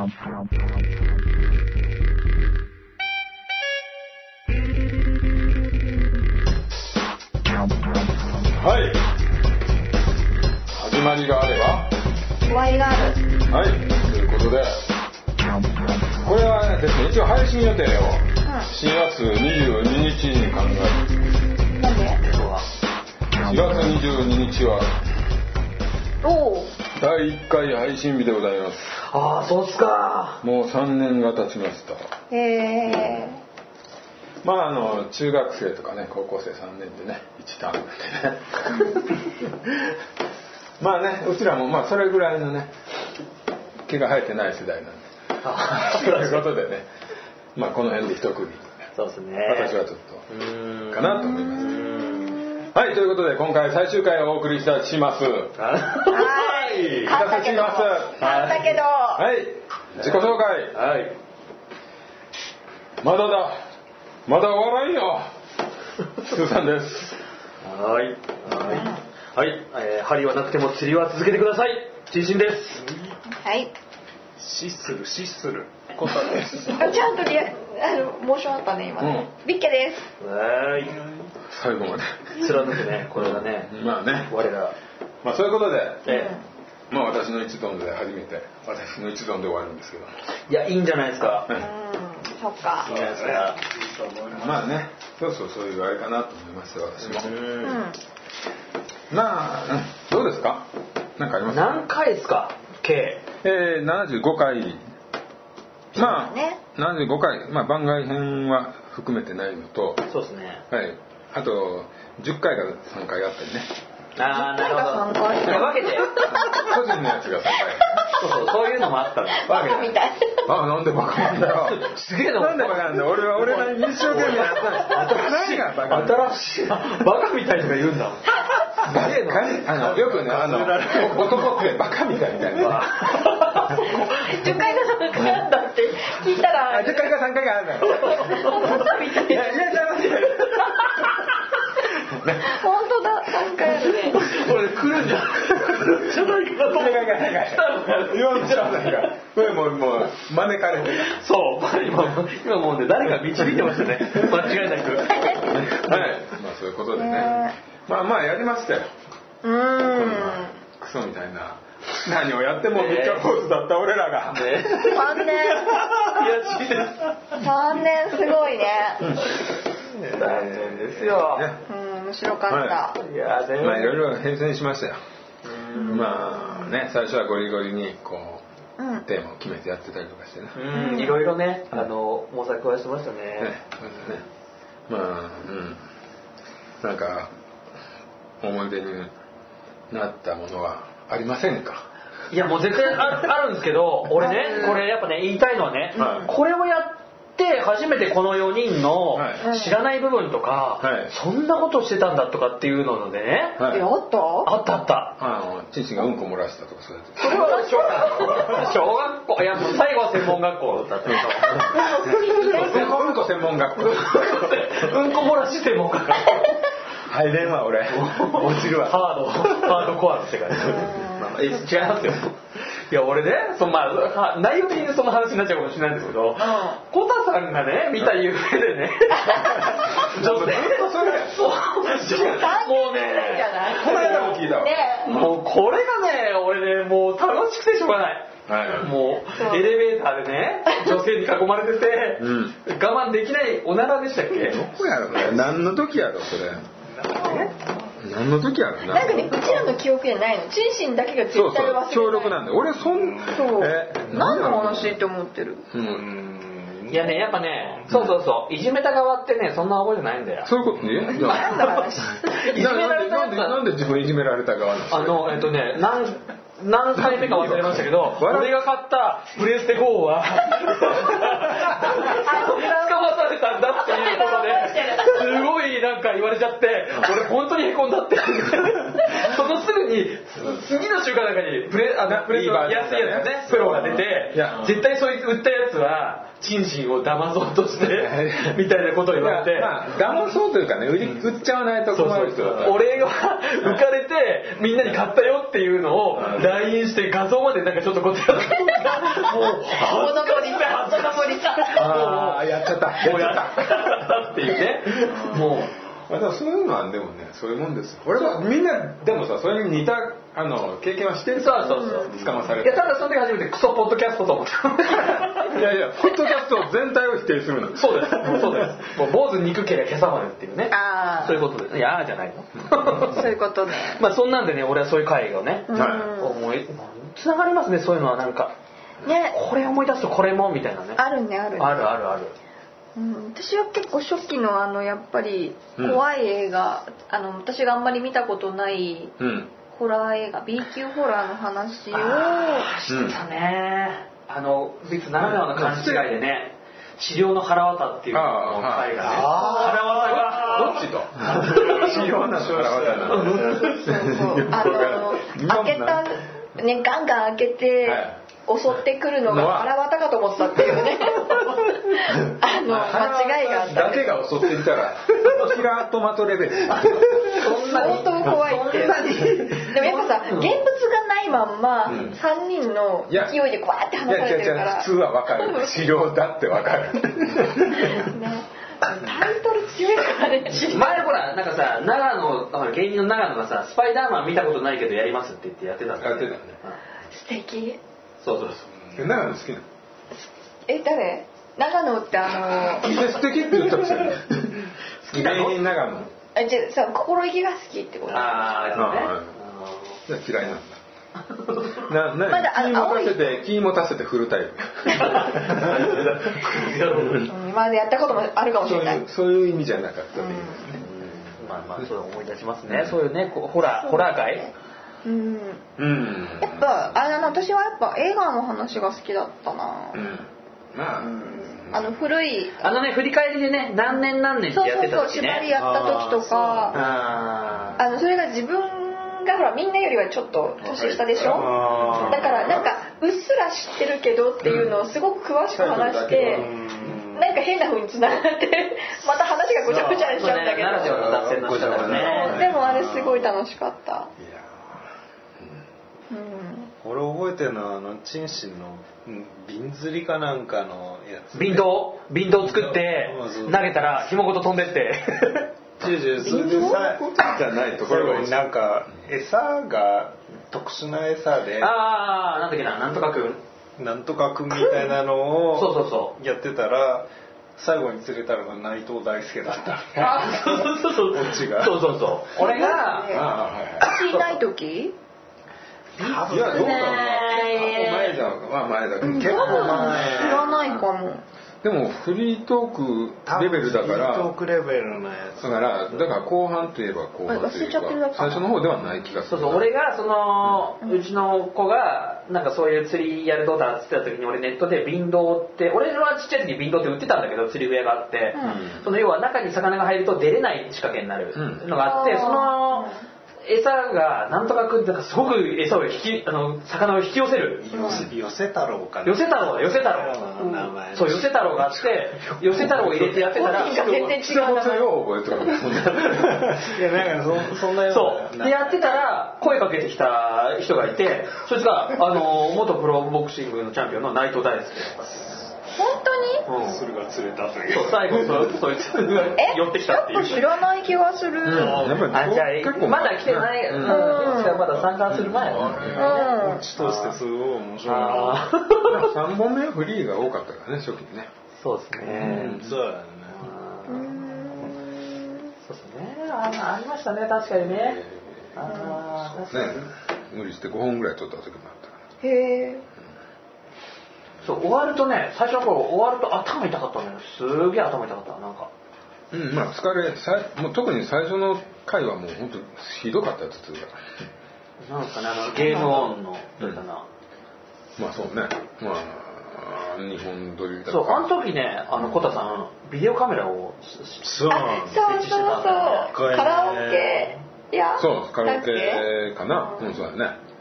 はい。始まりがあれば終わりがある。 はい。ということで、これはですね、一応配信予定を4月22日に考えて、 なんで 4月22日はお第1回配信日でございます。 ああ、そうっすか。 もう3年が経ちました。 へえ。 まあ中学生とかね、高校生3年でね、1ターンなんでねまあね、うちらもまあそれぐらいのね、毛が生えてない世代なんでということでね、まあこの辺で一区切り。 そうですね。 私はちょっとかなと思います。はい、ということで今回最終回をお送りいたします。 はい。 勝ったけど。 はい。 自己紹介。 はい。 まだ終わらんよ。スーさんです。 はい。針はなくても釣りは続けてください。陳進です。 はい。 シッスルコタです。 ちゃんとモーションあったね今ね。ビッケです。 はい。 最後まで貫くね、これがね。 まあね。 我ら。 まあそういうことで、まあ私の一存で初めて私の一存で終わるんですけど。 いや、いいんじゃないですか。 そっか。 いいんじゃないですか。 まあね、そういうあれかなと思いますよ、私も。まあ、どうですか？なんかありますか？ 何回ですか？計。 75回。まあ、75回、まあ番外編は含めてないのと、 そうですね。 はい。あと10回から3回あったりね。 ああ、なるほど。分けて。 個人のやつが3回。 そういうのもあったの。 バカみたい。 あ、なんでバカなんだよ。 すげえな。 なんでバカなんだよ。俺なりに一生懸命やった新しいバカみたいとか言うんだもん。 よくね、男ってバカみたいみたいな。 10回が3回あったって聞いたら。 10回か3回があるから。 バカみたい。いや、本当だ、3回あるね。 これ来るんじゃないかと思って。 言わんちゃうないか。これもう招かれてる。 そう、今もうね、誰か導いてましたね。間違いなく。はい。 まあそういうことでね。まあやりましたよ。クソみたいな。何をやっても3日坊主だった俺らが。 3年。 悔しいです。 3年すごいね。 大変ですよ。 面白かった。 まあいろいろ変遷しましたよ。まあね、最初はゴリゴリにこうテーマを決めてやってたりとかしてね。 いろいろね、模索はしてましたね。 まあなんか思い出になったものはありませんか？ いやもう絶対あるんですけど、俺ね、これやっぱね言いたいのはね、これをやって初めてこの4人の知らない部分とか、そんなことしてたんだとかっていうのでね、 あった。 チンチンがうんこ漏らしたとかそういう。 それは小学校、いやもう最後は専門学校だったけど。 うんこ専門学校。 うんこ漏らし専門学校。 入れんわ俺。落ちるわ。 ハードコアの世界です。違いますよ。いや俺ね、内容的にその話になっちゃうかもしれないんですけど、コタさんがね見た夢でね、もうね、 この間も聞いたわ。 もうこれがね、俺ねもう楽しくてしょうがない。もうエレベーターでね、女性に囲まれてて、我慢できないおならでしたっけ？ どこやろね。何の時やろそれ。何の時やろな。 なんかね、うちらの記憶じゃないの。チンシンだけが絶対忘れない。 強力なんで。俺何の話って思ってる。 いやね、やっぱね、いじめた側ってね、そんな覚えてないんだよ。 そういうことね。なんで自分いじめられた側なの？ 何回目か忘れましたけど、俺が買ったプレステ4は使わされたんだっていうことですごいなんか言われちゃって、俺本当にへこんだってそのすぐに次の週間の中にプレゼント安いやつねプロが出て絶対そいつ売ったやつはチンチンを騙そうとしてみたいなことを言われて騙そうというかね売っちゃわないと困る人だから俺が浮かれてみんなに買ったよっていうのを LINE して画像までなんかちょっとこうやってもうモノポリさやっちゃったっていうねもうでもそういうのはでもねそういうもんですよ俺はみんなでもさそれに似た経験はしてるそう捕まされていやただその時初めてクソポッドキャストと思ったいやポッドキャスト全体を否定するのそうですもう坊主憎ければ今朝までっていうねそういうことでいやじゃないのそういうことねまあそんなんでね俺はそういう会をね思いつながりますねそういうのはなんかねこれ思い出すとこれもみたいなねあるねある私は結構初期のやっぱり怖い映画、私があんまり見たことないホラー映画 B 級ホラーの話をしてたね別に斜めの勘違いでね治療の腹渡っていうの回がね腹渡がどっちと治療なの腹渡なの開けたねガンガン開けて、襲ってくるのが腹渡かと思ったっていうね間違いがあっただけが襲ってきたらキラートマトレベル相当怖いってでもやっぱさ現物がないまんま3人の勢いでこうやって離されてるから普通は分かる治療だって分かるねタイトル強いからね前ほらなんかさ芸人の長野がさスパイダーマン見たことないけどやりますって言ってやってたんだよね素敵そう長野好きなの誰長野って素敵って言ったんですよね好きなの芸人長野じゃあさ心意気が好きってことじゃ嫌いなんだまだ気持たせて振るタイプまだやったこともあるかもしれないそういう意味じゃなかったっていうねまあそう思い出しますねそういうねホラー界やっぱ私はやっぱ映画の話が好きだったな古い振り返りでね何年ってやってた時ね縛りやった時とかそれが自分がほらみんなよりはちょっと年下でしょだからなんかうっすら知ってるけどっていうのをすごく詳しく話してなんか変な風につながってまた話がごちゃごちゃにしちゃうんだけどでもあれすごい楽しかった俺覚えてるのはチンシンの瓶釣りかなんかのやつ、 瓶道作って投げたら紐ごと飛んでってそれでさじゃないところがなんか餌が特殊な餌でなんだっけななんとかくんみたいなのをやってたら最後に釣れたのが内藤大輔だったそうこっちがそう俺がいない時いやどうだろう前だけど結構前知らないかもでもフリートークレベルだからフリートークレベルのやつだから後半といえば後半というか最初の方ではない気がする俺がうちの子がなんかそういう釣りやるどうだっつってた時に俺ネットで瓶道って俺はちっちゃい時に瓶道って売ってたんだけど釣り具屋があって要は中に魚が入ると出れない仕掛けになるのがあって餌がなんとかくんってすごく餌を魚を引き寄せる寄せ太郎かな寄せ太郎そう寄せ太郎があって寄せ太郎を入れてやってたら全然違う名前を覚えてるいやなんかそんなようなでやってたら声かけてきた人がいてそいつが元プロボクシングのチャンピオンの内藤大輔本当にそれが釣れたという最後そいつが寄ってきたっていう知らない気がするじゃあまだ来てないまだ参加する前うちとしてすごい面白い 3本目はフリーが多かったからね初期にねそうですねそうだねそうですねありましたね確かにね無理して5本ぐらい取った時もあったからへえそう終わるとね最初の頃終わると頭痛かったのよすげえ頭痛かったなんかまあ疲れもう特に最初の回はもう本当ひどかったやつっていうかなんですかねゲームオンのどれかなまあそうねまあ日本撮りだそうの時ねコタさんビデオカメラをそうカラオケそうカラオケかなそうだね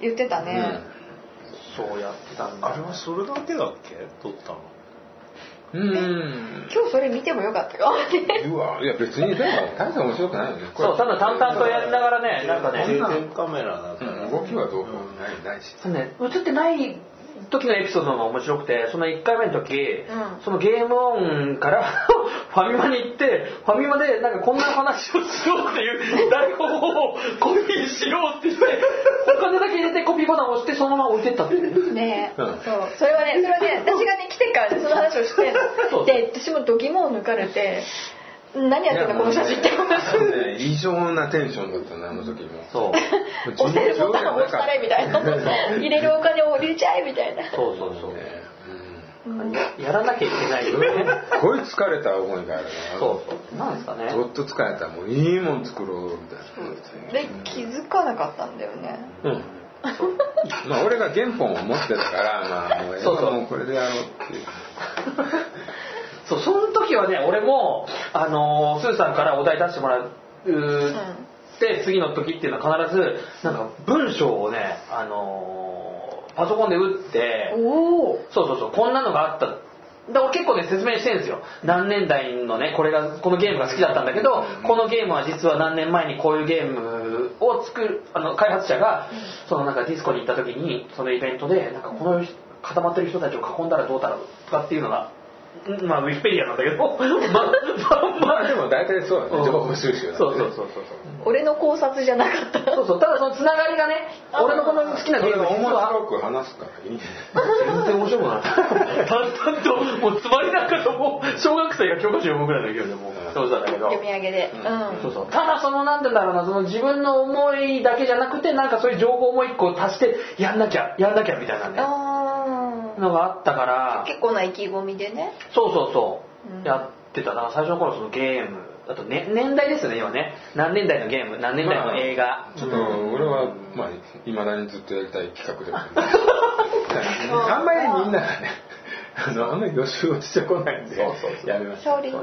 言ってたね、 そうやってたんだ。 あれはそれだけだっけ撮ったの？ 今日それ見てもよかったかうわ、いや別にでも大して面白くないよね。 そう、ただ淡々とやりながらね、なんかね、 定点カメラだから動きはどうもないし。 ね、映ってない時のエピソードが面白くて、その1回目の時、そのゲームオンからファミマに行って、ファミマでなんかこんな話をしようっていう台本をコピーしようって言って、お金だけ入れてコピーボタンを押してそのまま置いてったってね。そう、それはね、私がね来てからねその話をしてで、私も度肝を抜かれて。何やってんだこの写真って異常なテンションだったね、あの時も。 そう押せるボタンを押したれみたいな入れるお金を入れちゃえみたいな。 そうそうそう、やらなきゃいけないよね。 すごい疲れた思いがあるね。 そうなんですかね、 ずっと疲れた、もういいもん作ろうみたいな。 で気づかなかったんだよね。 まあ俺が原本を持ってたからまあもうこれでやろうっていう。 その時はね、俺もスーさんからお題出してもらうで次の時っていうのは必ずなんか文章をね、パソコンで打ってそうこんなのがあったで、俺結構ね説明してるんですよ。何年代のねこのゲームが好きだったんだけど、このゲームは実は何年前にこういうゲームを作る開発者がそのなんかディスコに行った時にそのイベントでなんかこの固まってる人たちを囲んだらどうだろうとかっていうのがまあウィキペディアなんだけどまあでも大体そうだね、情報収集だね。そう俺の考察じゃなかった。 そうただそのつながりがね、俺のこの好きなゲーム面白く話すからいいね。 全然面白くない。淡々ともうつまりなんかともう小学生が教科書読むぐらいの勢いでもうそうだけど読み上げで、 そうただそのなんて言うんだろうな、その自分の思いだけじゃなくてなんかそういう情報も一個足してやんなきゃみたいなねのがあったから結構な意気込みでね。 そうやってた。だから最初の頃そのゲームあと、ね、年代ですよね今ね、何年代のゲーム何年代の映画、 ちょっと俺はまあ未だにずっとやりたい企画でもあんまりみんながねあんまり予習をしてこないんでやめました。 い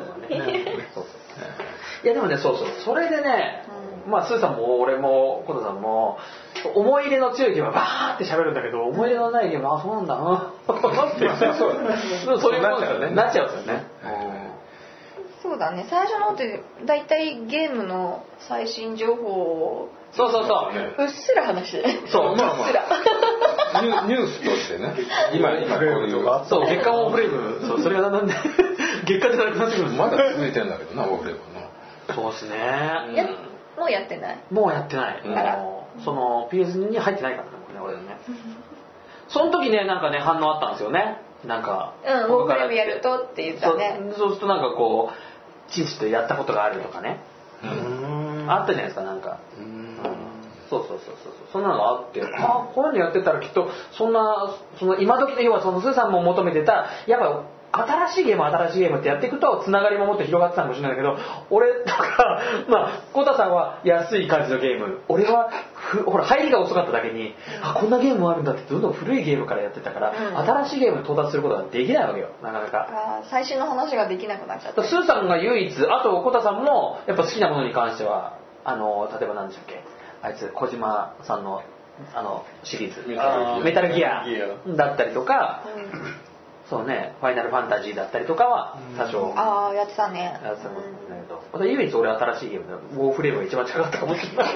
やでもねそれでね、まあスーさんも俺もコトさんも思い入れの強いゲームはバーって喋るんだけど、思い入れのないゲームはそうなんだなそういうものですよね、なっちゃうんですよね。 そうだね、最初のってだいたいゲームの最新情報をそううっすら話してそうまあニュースとしてね、今こういうそう月刊オーフレーム、それがなんで月刊じゃなくなってくる。 まだ続いてんだけどな、オーフレームな。 そうですね。 もうやってない。その PS に入ってないからね俺ね。その時ねなんかね反応あったんですよね。なんかオーフレームやるとって言ったね。 そうするとなんかこうチンチとやったことがあるとかね、あったじゃないですか、なんかそうそんなのがあって、こういうのやってたらきっとその今時の要はそのスーさんも求めてたやっぱ新しいゲームってやっていくとつながりももっと広がってたかもしれないけど、俺とかまあコタさんは安い感じのゲーム、俺はほら入りが遅かっただけにこんなゲームもあるんだってどんどん古いゲームからやってたから、新しいゲームに到達することができないわけよ、なかなか。 最新の話ができなくなっちゃった。 スーさんが唯一、あとコタさんもやっぱ好きなものに関しては例えば何でしたっけ、あいつ小島さんのシリーズメタルギアだったりとか、そうね、ファイナルファンタジーだったりとかは多少やってたね。 やってたんだけど、また唯一俺新しいゲームでウォーフレームが一番近かったかもしれない。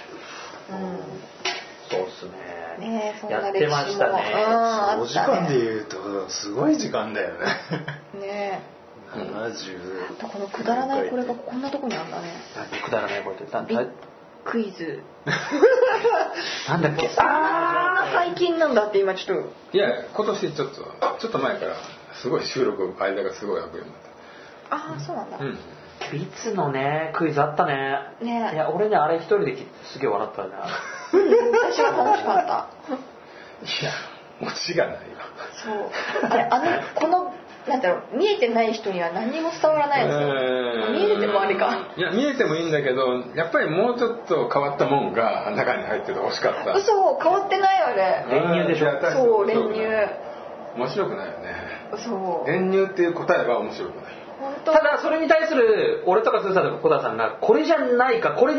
そうっすね。やってましたね。 お時間で言うとすごい時間だよね。 ねえ。 このくだらないこれがこんなとこにあるんだね。 くだらないこれってクイズ。 なんだっけ。 最近なんだって今ちょっと。 いや今年ちょっと前からすごい収録間がすごい空くようになった。 そうなんだ。 いつのねクイズあったね。いや俺ねあれ一人ですげえ笑ったね。 私は楽しかった。 いやオチがないわ。 そうこのなんだろう、見えてない人には何も伝わらないですよ。見えてもあれか。 いや見えてもいいんだけど、やっぱりもうちょっと変わったもんが中に入ってて欲しかった。 嘘、変わってないあれ。 練乳でしょ。 そう、練乳。 面白くないよね。 そう。 練乳っていう答えは面白くない。 ただそれに対する俺とかスーさんとか小田さんがこれじゃないか、これで合っ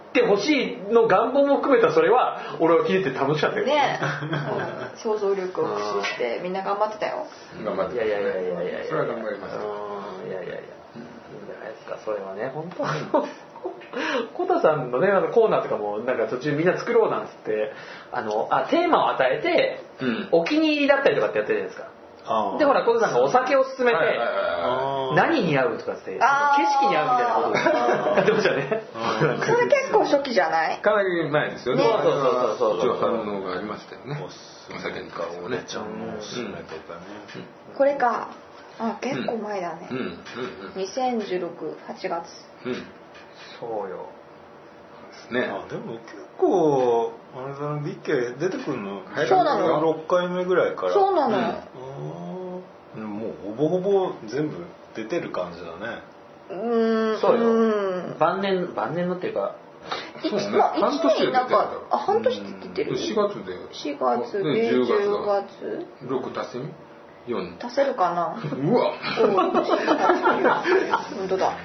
てほしいの願望も含めたそれは俺は聞いてて楽しかったよね。想像力を駆使してみんな頑張ってたよ。 頑張って。 いやそれは頑張りました。 いやいいんじゃないですか。それはね本当コタさんのねコーナーとかもなんか途中みんな作ろうなんつってテーマを与えて、お気に入りだったりとかってやってるじゃないですか。でほらコタさんがお酒を勧めて何に合うとかって景色に合うみたいなことやってましたね。 それ結構初期じゃない？ かなり前ですよね。 そう一応反応がありましたよね。お酒に関してね。 ちゃんのおすすめとかね。 これか。結構前だね。2016、8月。 そうよ。 ね。 でも結構あれだね、ビッケ出てくるの。 そうなの。 6回目ぐらいから。 そうなの。 もうほぼほぼ全部出てる感じだね。 そうよ。晩年のっていうか。 半年でなんか半年って言ってる。 4月で。 4月で10月。 6足せみ？4。 足せるかな。 うわ。 本当だ。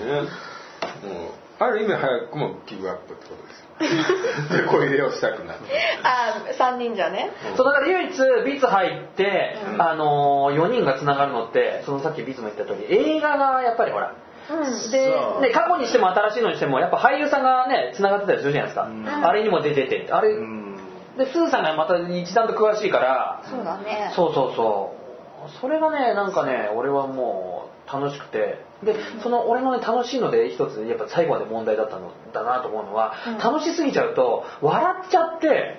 ある意味早くもギブアップってことですよ。声入れをしたくなる。 3人じゃね。 そうだから唯一ビツ入って4人がつながるのってそのさっきビツも言った通り映画がやっぱりほら。で過去にしても新しいのにしてもやっぱ俳優さんがねつながってたりするじゃないですか。あれにも出ててあれでスーさんがまた一段と詳しいから。 そうだね。 そうそれがねなんかね俺はもう楽しくてでその俺のね楽しいので一つやっぱ最後まで問題だったのだなと思うのは、楽しすぎちゃうと笑っちゃって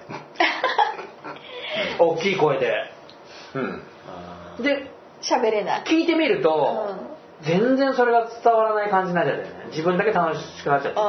大きい声で、で喋れない。 聞いてみると、全然それが伝わらない感じになっちゃってね自分だけ楽しくなっちゃって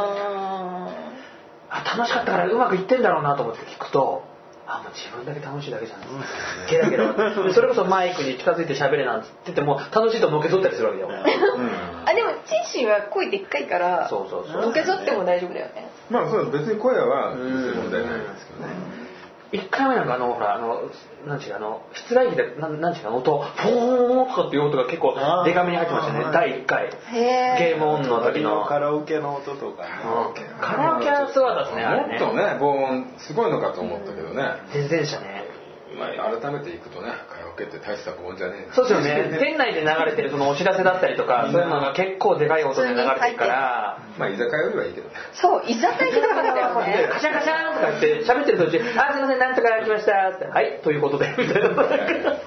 楽しかったからうまくいってんだろうなと思って聞くともう自分だけ楽しいだけじゃんゲラゲラそれこそマイクに近づいて喋れなんて言っても楽しいとのけぞったりするわけだよでもチンシンは声でっかいからのけぞっても大丈夫だよね。 まあそう別に声は問題ないんですけどね。 1回目なんかほらなんちゅう室外機でなんちゅうか音フォーンとかっていう音が結構デカめに入ってましたね。第1回ゲームオンの時のカラオケの音とかね。 カラオケはすごかったですねあれね。 もっとね防音すごいのかと思ったけどね。 全然でしたね。 改めていくとねカラオケって大した防音じゃねえ。 そうですよね。店内で流れてるそのお知らせだったりとかそういうのが結構でかい音で流れてるから居酒屋よりはいいけどね。 そう居酒屋でかかったよね。 カシャカシャンとか言って喋ってる途中すいませんなんとか来ましたってはいということでみたいなね。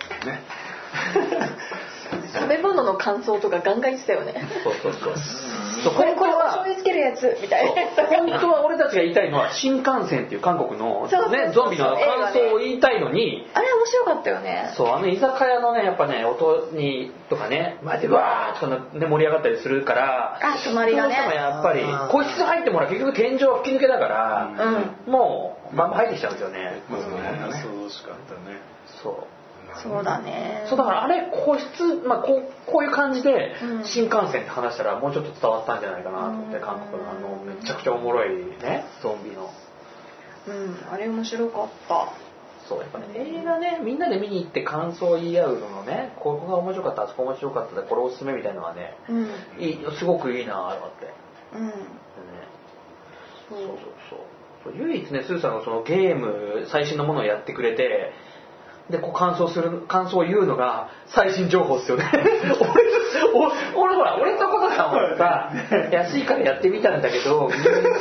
食べ物の感想とかガンガン言ってたよね。 そうこれは醤油つけるやつみたいな。 本当は俺たちが言いたいのは新幹線っていう韓国のねゾンビの感想を言いたいのにあれ面白かったよね。 そう居酒屋のねやっぱね音にとかね前でわーとかね盛り上がったりするから隣がねやっぱり個室入ってもら結局天井は吹き抜けだからもうバンバン入ってきちゃうんですよね。 そうしかったね。 そうだね。 そうだからあれ個室こういう感じで新幹線って話したらもうちょっと伝わったんじゃないかなと思って韓国のめちゃくちゃおもろいねゾンビのあれ面白かった。 そうやっぱね映画ねみんなで見に行って感想を言い合うのねここが面白かったあそこ面白かったこれおすすめみたいなのはねすごくいいなあれってそう唯一ねスーさんがそのゲーム最新のものをやってくれてで感想を言うのが最新情報ですよね。俺ほら俺とコタさんはさ安いからやってみたんだけど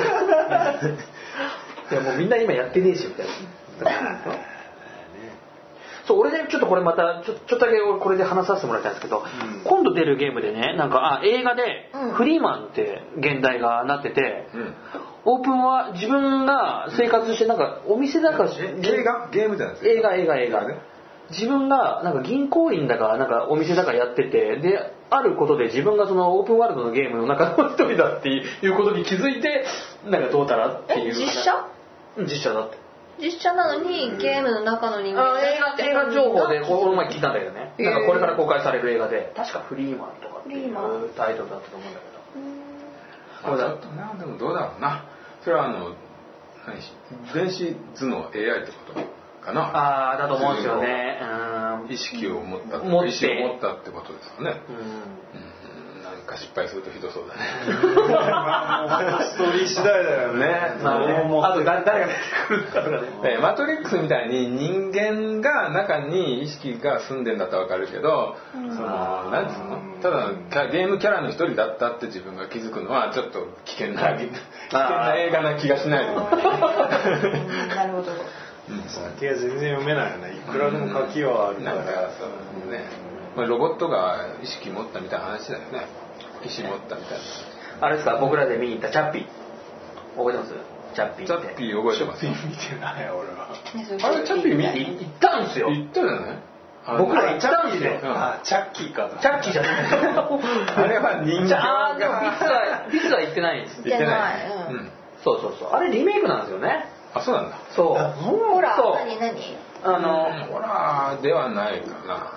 いやもうみんな今やってねえしみたいな。そう俺ねちょっとこれまたちょっとだけこれで話させてもらいたいんですけど、今度出るゲームでねなんか映画でフリーマンって現代がなってて、オープンは自分が生活してなんかお店だかゲームじゃないですか。 映画自分がなんか銀行員だかなんかお店だかやっててであることで自分がそのオープンワールドのゲームの中の一人だっていうことに気づいてなんかどうたらっていう実写だって実写なのにゲームの中の人間映画情報でこの前聞いたんだけどねなんかこれから公開される映画で確かフリーマンとかっていうタイトルだったと思うんだけどでもどうだろうなそれは電子頭脳 AI ってことかなだと思うんですよね意識を持ったってことですかねなんか失敗するとひどそうだね。 ストーリー次第だよね。 あと誰が出てくるかとかね。 マトリックスみたいに人間が中に意識が住んでんだったらわかるけど、なんつうの、ただゲームキャラの一人だったって自分が気づくのはちょっと危険な映画な気がしないでもない。 なるほど。 先が全然読めないよね。いくらでも書きはあるから。 なんかそうね、ロボットが意識持ったみたいな話だよね。意識持ったみたいな。 あれですか、僕らで見に行ったチャッピー覚えてます？チャッピーって。 チャッピー覚えてます。 見てない俺は。 あれチャッピー見行ったんですよ。 行ったよね。 僕ら行ったんですよ。 チャッキーか。 チャッキーじゃない。 あれは人形が。 でもビスは行ってないんです。 行ってない。 そうそうそう。あれリメイクなんですよね。 あ、そうなんだ。 そう。 ほら、何？ ホラーではないかな。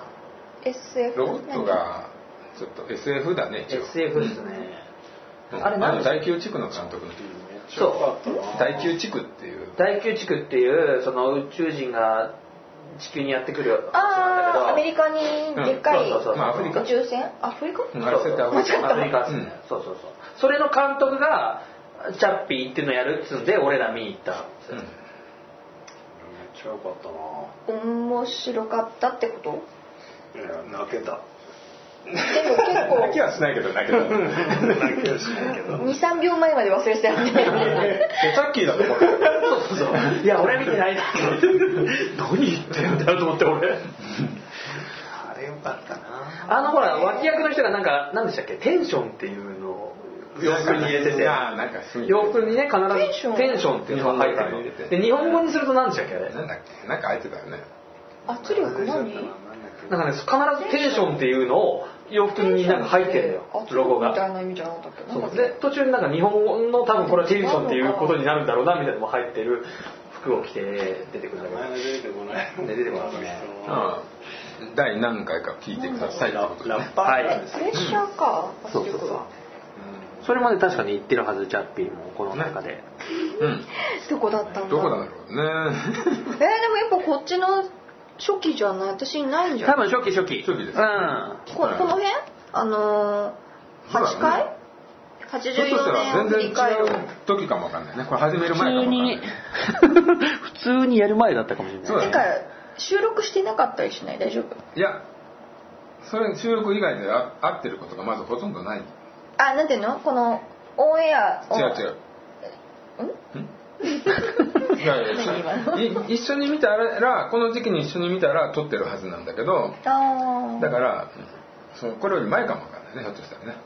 SF。 ロボットがちょっと SF だね。 SF ですね。 あれ第9地区の監督の。 そう。 第9地区っていう。 第9地区っていうその宇宙人が地球にやってくる。 アメリカにでっかい宇宙船？アフリカ？ アフリカですね。そう。それの監督がチャッピーっていうのをやるっつうんで俺ら見に行った。 めっちゃ良かったな。 面白かったってこと？ いや泣けた。 でも結構泣きはしないけど泣けた。 泣きはしないけど。 2、3秒前まで忘れてたよね。 チャッキーだとこれ。 そう。いや俺見てないな。何言ってんだよと思って俺。 あれ良かったな。 ほら脇役の人が何でしたっけ、テンションっていうのを洋服に入れてて、洋服にね必ずテンションっていうのが入ってる。で日本語にすると何でしたっけあれ？ なんだっけ、なんか入ってたよね。 圧力何？ なんかね必ずテンションっていうのを洋服に入ってるのよ、ロゴが。 みたいな意味じゃなかったっけ？ そうで途中に日本語の多分これはテンションっていうことになるんだろうなみたいなのも入ってる服を着て出てくるんだけど。 出てこない。 出てこないね。 第何回か聞いてくださいってことラッパーなんですプレッシャーか。 そう。それまで確かに言ってるはず、チャッピーもこの中で。 どこだったんだ。 どこだろうね。 でもやっぱこっちの初期じゃない、私いないんじゃん。 多分初期です。 初期です。 この辺8回84年を振り返る。 全然違う時かもわかんないね。これ始める前かもわかんない。 普通にやる前だったかもしれない。 だから収録してなかったりしない？大丈夫？ いや、それ収録以外で合ってることがまずほとんどない。 なんていうの？このオンエア。 違う。一緒に見たらこの時期に一緒に見たら撮ってるはずなんだけど、だからこれより前かもわかんないね、ひょっとしたらね。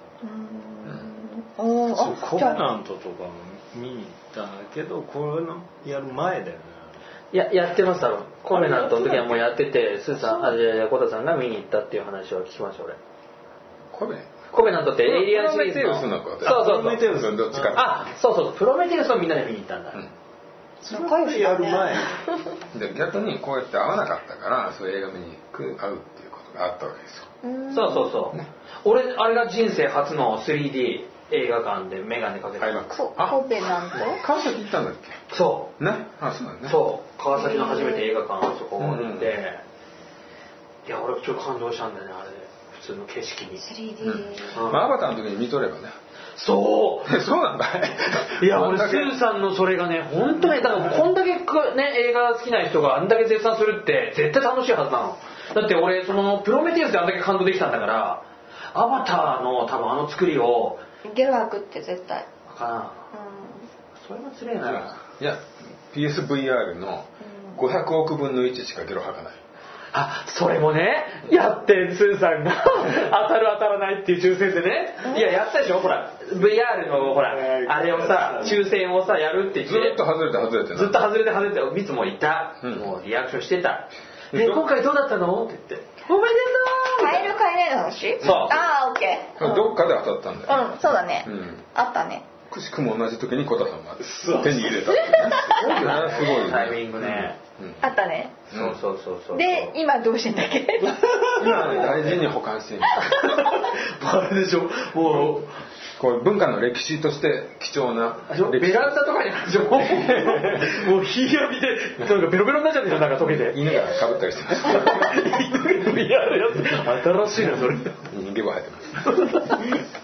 コナントとかも見に行ったんだけど、これのやる前だよね。 やってます多分。コメナントの時はもうやってて、スーさんコタさんが見に行ったっていう話を聞きました俺。コメナントってエイリアンシリーズの。そうプロメテウスのどっちか。 そうプロメテウスをみんなで見に行ったんだ。 仲良しだね。 で逆にこうやって会わなかったからそういう映画見に会うっていうことがあったわけですよ。 そう。俺あれが人生初の 3D 映画館でメガネかけて。 コベナント？ 川崎行ったんだっけ？ そうね。 そうだね。 そう川崎の初めて映画館あそこに行って、いや俺ちょっと感動したんだよねあれで。普通の景色に 3D、 アバターの時に見とればね。 そうなんだ。 いや俺スーさんのそれがね本当ね、だからこんだけね映画好きな人があんだけ絶賛するって絶対楽しいはずなの。だって俺そのプロメテウスであんだけ感動できたんだからアバターの多分作りをゲロ吐くって絶対かな。それはつれえな。 いや PSVR の500億分の1しかゲロ吐かない。 それもねやってスーさんが当たる当たらないっていう抽選でね、いややったでしょほら VR のほらあれをさ抽選をさやるって言ってずっと外れてずっと外れていつもいた、もうリアクションしてた。今回どうだったのって言っておめでとう。 買える買えないの話？ そう。 オッケー。どっかで当たったんだよ。 そうだね。あったね。 くしくも同じ時にコタさんが手に入れたってね。すごいタイミングね。 あったね。 そうで今どうしてんだっけ？ 今大事に保管してる。 あれでしょもうこう文化の歴史として貴重なベランダとかにあるでしょもう日浴びでなんかベロベロになっちゃってるなんか溶けて犬がかぶったりしてます犬がやるやつ新しいなそれゲボ入ってます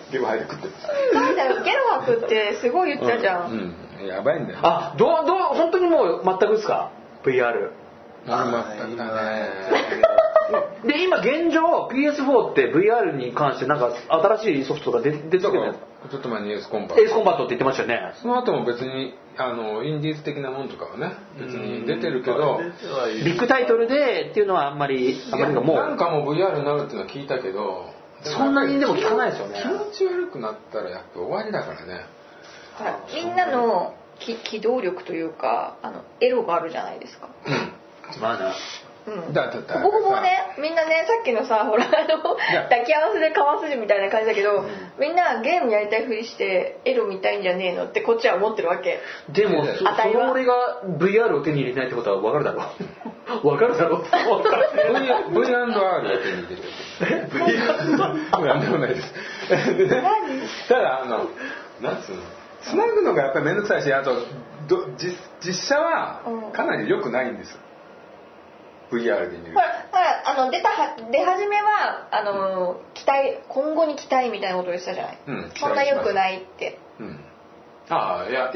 ゲロ吐いて食ってる。 なんだよ、ゲロ吐くってすごい言ってたじゃん。 やばいんだよ。 本当にもう全くですか VR。 全くだね。 で今現状 PS4 って VR に関してなんか新しいソフトが出てるじゃないですか。 ちょっと前にエースコンバット。 エースコンバットって言ってましたよね。 その後も別にインディーズ的なものとかはね別に出てるけど、 ビッグタイトルでっていうのはあんまりもうなんかもう VR になるっていうのは聞いたけど、 そんなにでも聞かないですよね。 気持ち悪くなったらやっぱ終わりだからね。 みんなの機動力というかエロがあるじゃないですか。 まあな。 ほぼほぼね、みんなね、さっきのさ、ほら抱き合わせでかわすみたいな感じだけど、みんなゲームやりたいふりしてエロ見たいんじゃねえのってこっちは思ってるわけ。 でもその俺が VR を手に入れないってことは分かるだろう。分かるだろう。 V&R を手に入れてる。なんでもないです。ただなんつうの、つなぐのがやっぱり面倒くさいし、あと実写はかなり良くないんです。VR で見る。 出始めは期待、今後に期待みたいなことを言ってたじゃない。そんな良くないって。 いや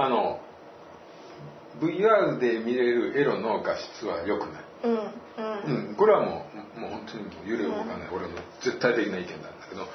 VR で見れるエロの画質は良くない。これはもう本当に揺れ動かない、俺の絶対的な意見なんだけど。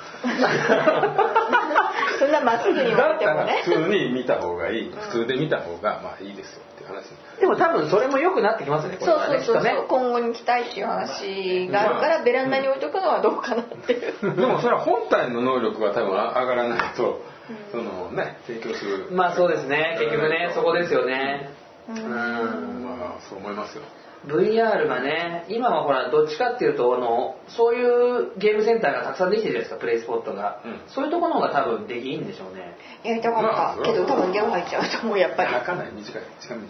そんなまっすぐに言われてもね。 普通に見た方がいい、普通で見た方がまあいいですよっていう話。 でも多分それも良くなってきますね。これはね。 そう、今後に期待っていう話があるからベランダに置いとくのはどうかなっていう。 でもそれは本体の能力が多分上がらないとそのね提供する。 まあそうですね。結局ねそこですよね。 まあそう思いますよ。 VR がね、今はほらどっちかっていうとそういうゲームセンターがたくさんできてるじゃないですか、プレイスポットが、そういうところの方が多分できいいんでしょうね。 やりたかったけど多分ゲロ入っちゃうと思う、やっぱり。 吐かない、短い形。 大丈夫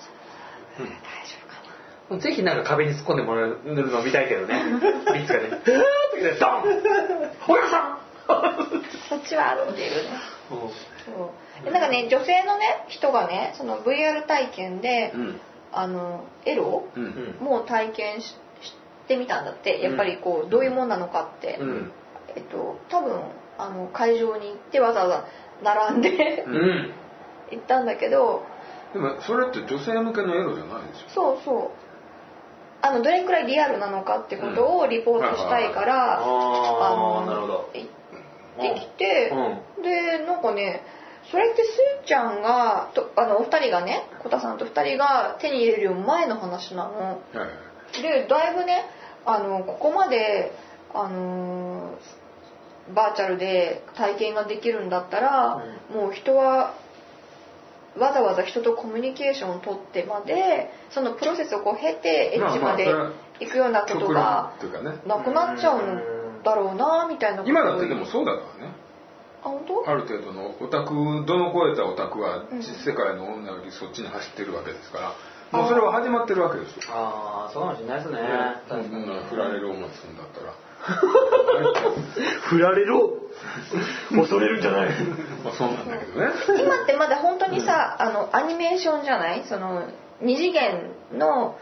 かな。 ぜひなんか壁に突っ込んでもらうの見たいけどね。リツがね、ドンおやさんそっちはっていうね。なんかね、女性のね人がね、その VR 体験で、エロも体験してみたんだって。やっぱりこうどういうもんなのかって、多分会場に行ってわざわざ並んで行ったんだけど、 でもそれって女性向けのエロじゃないでしょ。そうどれくらいリアルなのかってことをリポートしたいから行ってきて、でなんかね、それってすーちゃんがお二人がね、コタさんと二人が手に入れるより前の話なの。でだいぶねここまでバーチャルで体験ができるんだったら、もう人はわざわざ人とコミュニケーションを取ってまでそのプロセスをこう経てエッジまで行くようなことがなくなっちゃうんだろうなみたいな。 今だってでもそうだからね。 本当？ ある程度のオタク度の超えたオタクは実世界の女よりそっちに走ってるわけですから、もうそれは始まってるわけですよ。 そうかもしれないですね。 振られる思いするんだったら振られろ恐れるんじゃない。 そうなんだけどね。 今ってまだ本当にさアニメーションじゃない。その2次元の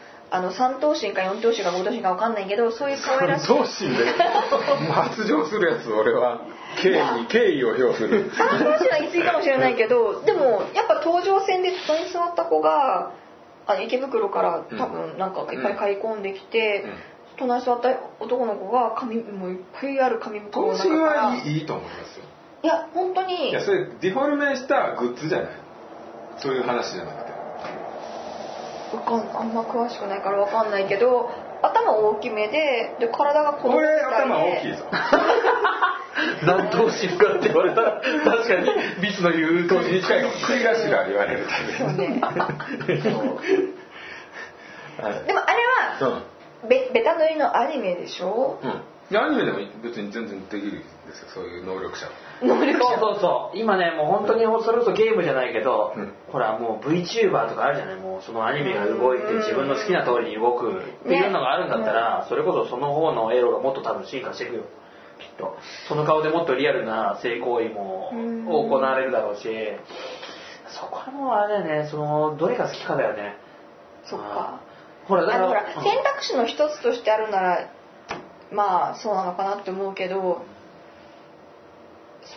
3頭身か4頭身か5頭身か分かんないけど、そういう可愛らしい3頭身で発情するやつ、俺は敬意を表する。 3頭身は言い過ぎかもしれないけど、でもやっぱ搭乗船で隣に座った子が池袋から多分なんかいっぱい買い込んできて、隣に座った男の子がもういっぱいある紙袋の中から。 頭身はいいと思いますよ。 いや本当に。 いやそれディフォルメしたグッズじゃない。そういう話じゃなくて。 あんま詳しくないから分かんないけど、頭大きめで体が子供みたいで。 俺頭大きいぞ。 何頭身かって言われたら確かにビスの言う頭身に近いかも。 食い頭言われるタイプ。 そうね。でもあれはベタ塗りのアニメでしょ。 アニメでも別に全然できるんですよ、そういう能力者は。 そう今ね、もう本当にそれこそゲームじゃないけど、ほらもう VTuber とかあるじゃない。もうそのアニメが動いて自分の好きな通りに動くっていうのがあるんだったら、それこそその方のエロがもっと多分進化していくよ、きっと。その顔でもっとリアルな性行為も行われるだろうし、そこはもうあれだよね、どれが好きかだよね。 そっか。 ほら選択肢の一つとしてあるならまあそうなのかなって思うけど、そ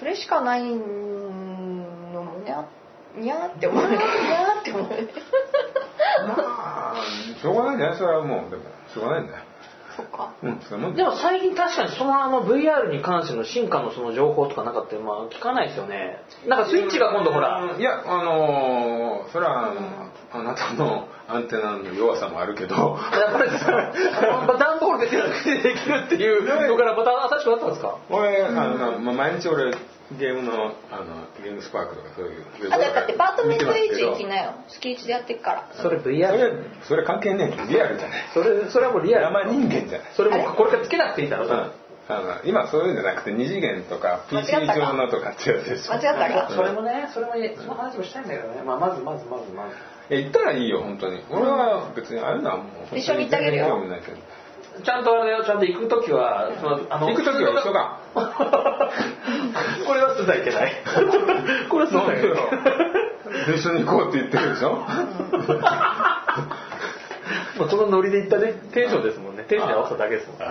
それしかないのもねにゃーって思う。にゃーって思う。 まあしょうがないんじゃない。それはもうでもしょうがないんだよ。 そっか。 そういうもんでも最近確かにそのVR に関しての進化のその情報とかなかったらまあ聞かないですよね。なんかスイッチが今度ほら、 いやそれはあなたのアンテナの弱さもあるけど、 やっぱり段ボールでできるっていうのからまた新しくなったんですか。 俺毎日俺ゲームのゲームスパークとかそういうだってパートメントH行きなよ。月1でやってっから。 それ VR。 それ関係ねえ。リアルじゃない。 それはもうリアル。 生人間じゃない。 それもこれからつけなくていいだろ。 今そういうんじゃなくて二次元とか PC 上のとかってやつでしょ。 間違ったか。 それもその話もしたいんだけどね。まあまず。 行ったらいいよ本当に。俺は別にあるのはもう一緒に行ってあげるよ。 ちゃんとあれだよ。ちゃんと行くときは行くときは一緒か。 これはすんだいけない。これはすんだいけない。 一緒に行こうって言ってるでしょ。 もうそのノリで行ったね。テンションですもんね。テンション合わせただけですもん。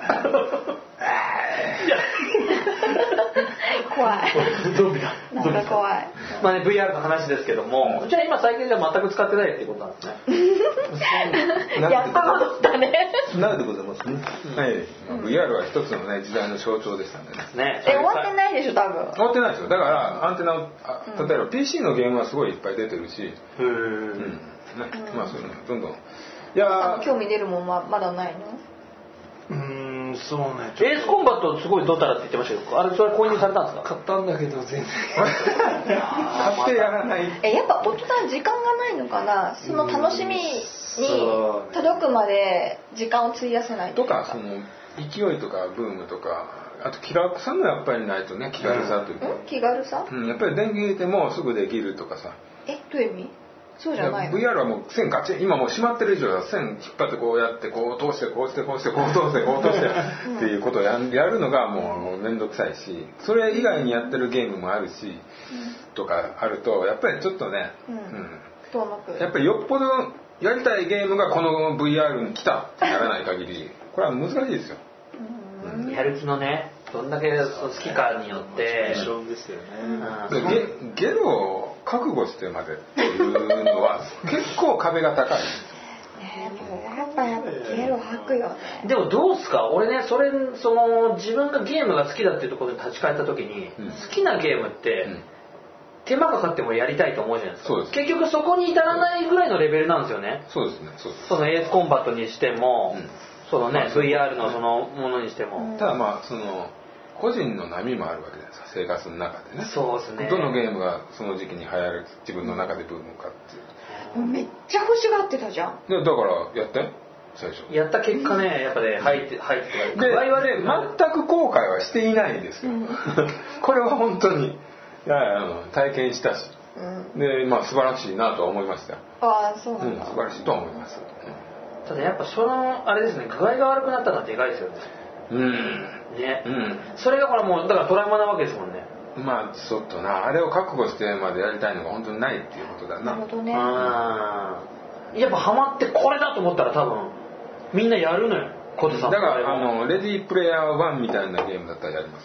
怖い。 ゾンビだ。 なんか怖い。 まあね VR の話ですけども、じゃあ今最近じゃ全く使ってないっていうことなんですね。 やっと戻ったね。 なるでございますね。 はい。VR は一つのね時代の象徴でしたんでね。 終わってないでしょ多分。 終わってないですよ。だからアンテナを例えば PC のゲームはすごいいっぱい出てるし、まあそういうのどんどん。いや興味出るもんはまだないの？ そうね。 エースコンバットすごいドタラって言ってましたけど、あれそれ購入されたんですか？ 買ったんだけど全然買ってやらない。 やっぱ大人時間がないのかな。その楽しみに届くまで時間を費やせないとか、その勢いとかブームとか、あと気楽さもやっぱりないとね。気軽さというか。 気軽さ？ やっぱり電源入れてもすぐできるとかさ。 どういう意味？そうじゃないの。 VR はもう線ガチ今もう閉まってる以上は線引っ張ってこうやってこう通してこうしてこうしてこう通してこう通してっていうことをやるのがもう面倒くさいし、それ以外にやってるゲームもあるし、とかあるとやっぱりちょっとね、やっぱりよっぽどやりたいゲームがこの VR に来たってならない限りこれは難しいですよ。 やる気のね、どんだけ好きかによって一緒ですよね。 ゲロを覚悟してまでっていうのは結構壁が高い。 やっぱゲロ吐くよね。 でもどうすか？俺ねその自分がゲームが好きだっていうところに立ち返った時に、好きなゲームって、手間かかってもやりたいと思うじゃないですか。結局そこに至らないぐらいのレベルなんですよね。 そうですね。 そのエースコンバットにしても、そのね VR のそのものにしても、 ただまあその個人の波もあるわけじゃないですか、生活の中でね。 そうですね。 どのゲームがその時期に流行る自分の中でブームかっていう。 めっちゃ欲しがってたじゃん。 だからやって最初。 やった結果ねやっぱね入ってで全く後悔はしていないですよ。これは本当に体験したし、でまあ素晴らしいなとは思いましたよ。 ああそうなんだ。 素晴らしいとは思います。 ただやっぱそのあれですね、具合が悪くなったのはでかいですよね。ね。それがほらもうだからトラウマなわけですもんね。 まあちょっとなあれを覚悟してまでやりたいのが本当にないっていうことだな。 なるほどね。 やっぱハマってこれだと思ったら多分みんなやるのよ。コトさん。 だからレディープレイヤー1みたいなゲームだったらやります。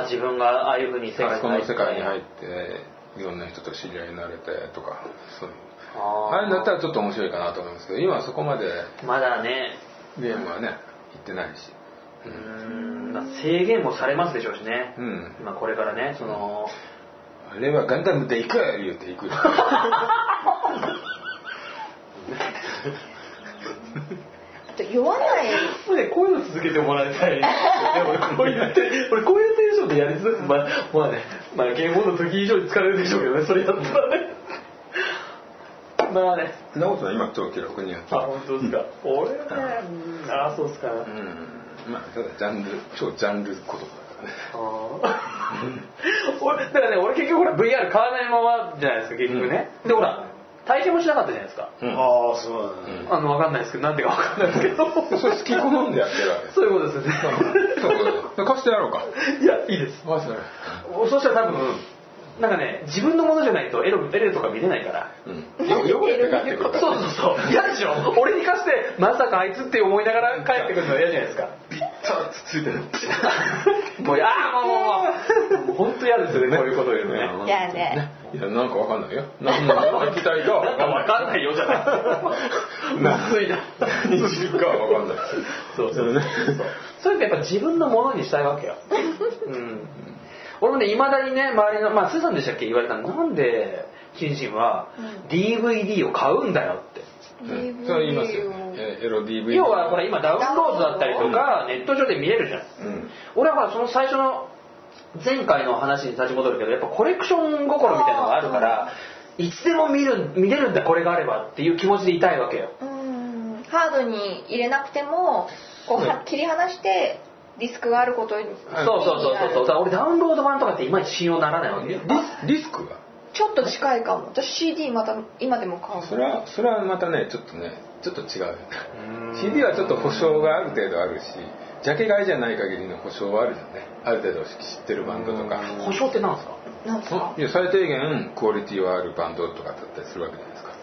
自分がああいう風に世界に入っていろんな人と知り合いになれてとかそういう。あれだったらちょっと面白いかなと思いますけど、今はそこまでまだねゲームはね行ってないし、 制限もされますでしょうしね。今これからねそのあれはガンダムで行く言うて行く。 酔わない。 こういうの続けてもらいたい。俺こういうテンションでやりつつ、まあね、ゲームの時以上に疲れるでしょうけどね、それやったらね。まあね。 そんなことは今超記録にやってる。 本当ですか。俺ね、そうですか。 まあただ超ジャンル言葉だからね。 だからね、俺結局ほら VR 買わないままじゃないですか結局ね。でほら。体験もしなかったじゃないですか。 そうだね。 わかんないですけど、なんでかわかんないですけど。 それ好き好んでやってるわけ。 そういうことですよね。 貸してやろうか。 いや、いいです。そしたら多分、なんかね、自分のものじゃないとエロとか見れないから。 汚れて帰ってくるから。 そう。嫌でしょ。俺に貸して、まさかあいつって思いながら帰ってくるのは嫌じゃないですか。 ピッターつついてる。 もう本当嫌ですよねこういうこと言うのね。 いやね。 いやなんかわかんないよ。何の期待かなんかわかんないよじゃない。むずいな。 何するかはわかんない。 そうそうね。それってやっぱ自分のものにしたいわけよ。俺もね未だにね周りのスーさんでしたっけ言われたのなんでチンシンは DVD を買うんだよって。 それ言いますよね。エロ DVD。 要はこれ今ダウンロードだったりとかネット上で見れるじゃん。俺はその最初の前回の話に立ち戻るけどやっぱコレクション心みたいなのがあるからいつでも見れるんだこれがあればっていう気持ちでいたいわけよ。 ハードに入れなくてもこう切り離してディスクがあることにそうだから俺ダウンロード版とかっていまいち信用ならないわけよ。 ディスクがちょっと近いかも。私 CD また今でも買う。 それはまたねちょっと違う。CD はちょっと保証がある程度あるしジャケ買いじゃない限りの保証はあるじゃんね。ある程度知ってるバンドとか。 保証って何ですか？ なんですか？ いや最低限クオリティはあるバンドとかだったりするわけじゃないですか。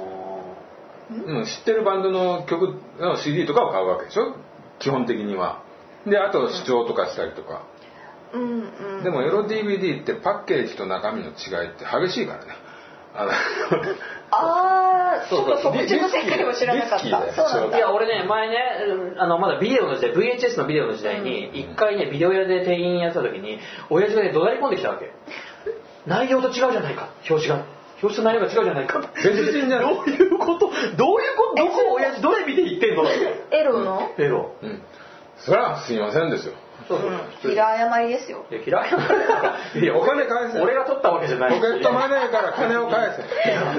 知ってるバンドの曲の CD とかを買うわけでしょ基本的には。であと視聴とかしたりとか。でもエロ DVD ってパッケージと中身の違いって激しいからね。 そうそっちの世界も知らなかった。そうなんだ。 いや俺ね前ねまだビデオの時代 VHS のビデオの時代に一回ねビデオ屋で店員やってた時に親父がね怒鳴り込んできたわけ。内容と違うじゃないか表紙と内容が違うじゃないか。 別人じゃん。 どういうことどこ親父どれ見て言ってんの？ エロの？ エロ。 それはすいませんですよ。 平謝りですよ。 いや平謝り。いやお金返せ。 俺が取ったわけじゃない。 ポケットマネーから金を返せ。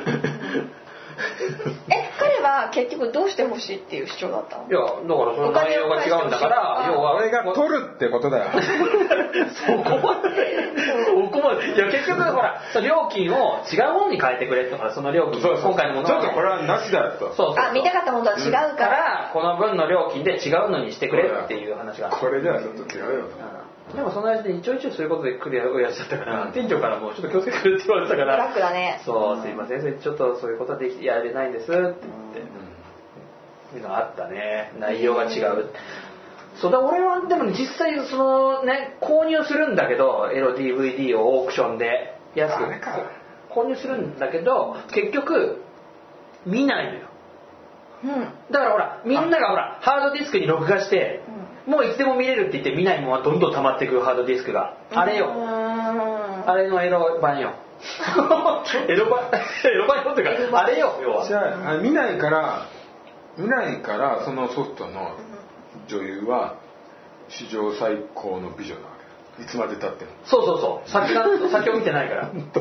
彼は結局どうしてほしいっていう主張だったの？ いやだからその内容が違うんだから要は俺が取るってことだよ。 そこまでいや結局ほら料金を違うものに変えてくれってその料金今回のものちょっとこれはなしだよと。 見たかったものとは違うからこの分の料金で違うのにしてくれっていう話が。 これじゃあちょっと違うよと。 でもその間で一応そういうことで来るやつだったから店長からもうちょっと気をつけてくれって言われたから楽だね。 そうすいませんちょっとそういうことはやれないんですって言っていうのがあったね。内容が違う。そうだ俺はでも実際そのね購入するんだけどエロ DVD をオークションで安く購入するんだけど結局見ないのよ。だからほらみんながほらハードディスクに録画してもういつでも見れるって言って見ないものはどんどん溜まっていくハードディスクがあれよあれのエロ版よ。エロ版よっていうかあれよ要は。 じゃあ見ないからそのソフトの女優は史上最高の美女なわけ。いつまで経っても。 そう先を見てないから。 全然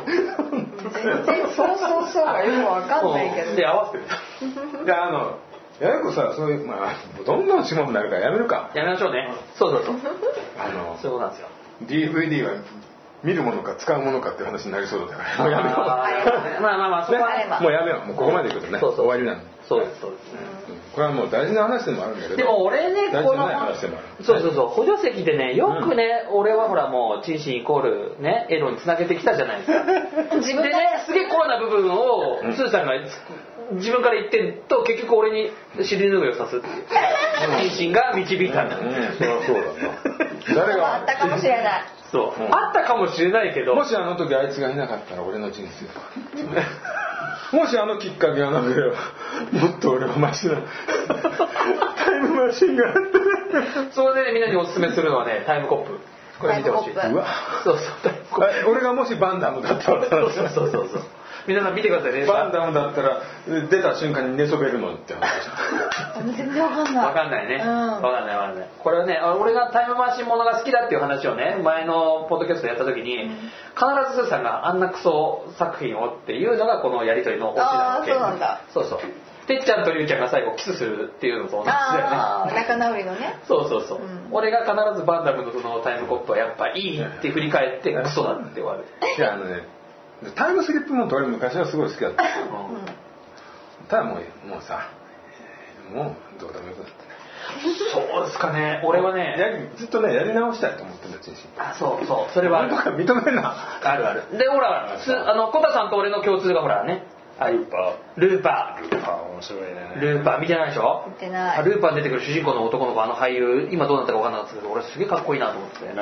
そうがよくわかんないけど。 で合わせてる。 でよくさそういうどんどん下になるからやめるか。 やめましょうね。そうそういうことなんですよ。 DVD は見るものか使うものかっていう話になりそうだからもうやめよう。 まあそこはもうやめよう。もうここまでいくとね終わりなんで。 そうですね。 これはもう大事な話でもあるんだけど。 でも俺ね大事な話でもある。 そう補助席でねよくね俺はほらもうチンシンイコールねエロにつなげてきたじゃないですか。自分でねすげえコアな部分をスーさんが自分から言ってんと結局俺に尻拭いをさすっていうチンシンが導いたんだ。 そうだな。誰があったかもしれない。 そうあったかもしれないけどもしあの時あいつがいなかったら俺の人生とか。もしあのきっかけがなければもっと俺はマシなタイムマシンがあってそれでみんなにおすすめするのはねタイムコップ。これ見てほしい。 うわそう俺がもしバンダムだったらそう皆さん見てくださいね。 バンダムだったら出た瞬間に寝そべるのって話。 全然わかんない。 わかんないね。わかんない。これはね俺がタイムマシンものが好きだっていう話をね前のポッドキャストでやった時に必ずスーさんがあんなクソ作品をっていうのがこのやりとりのオチなわけ。 そうなんだ。 そうてっちゃんとりゅうちゃんが最後キスするっていうのと同じだよね。 仲直りのね。 そう、俺が必ずバンダムのそのタイムコップはやっぱいいって振り返ってクソだって言われる。 いやタイムスリップも俺昔はすごい好きだった。ただもうさもうどうでもよくなったね。 そうですかね。俺はねずっとねやり直したいと思ってんだ。 そうそれはなんか認めるな。 あるでほらコタさんと俺の共通がほらねルーパー面白いね。 ルーパー見てないでしょ。 見てない。 ルーパーに出てくる主人公の男の子俳優今どうなったか分かんなかったけど俺すげえかっこいいなと思ってね。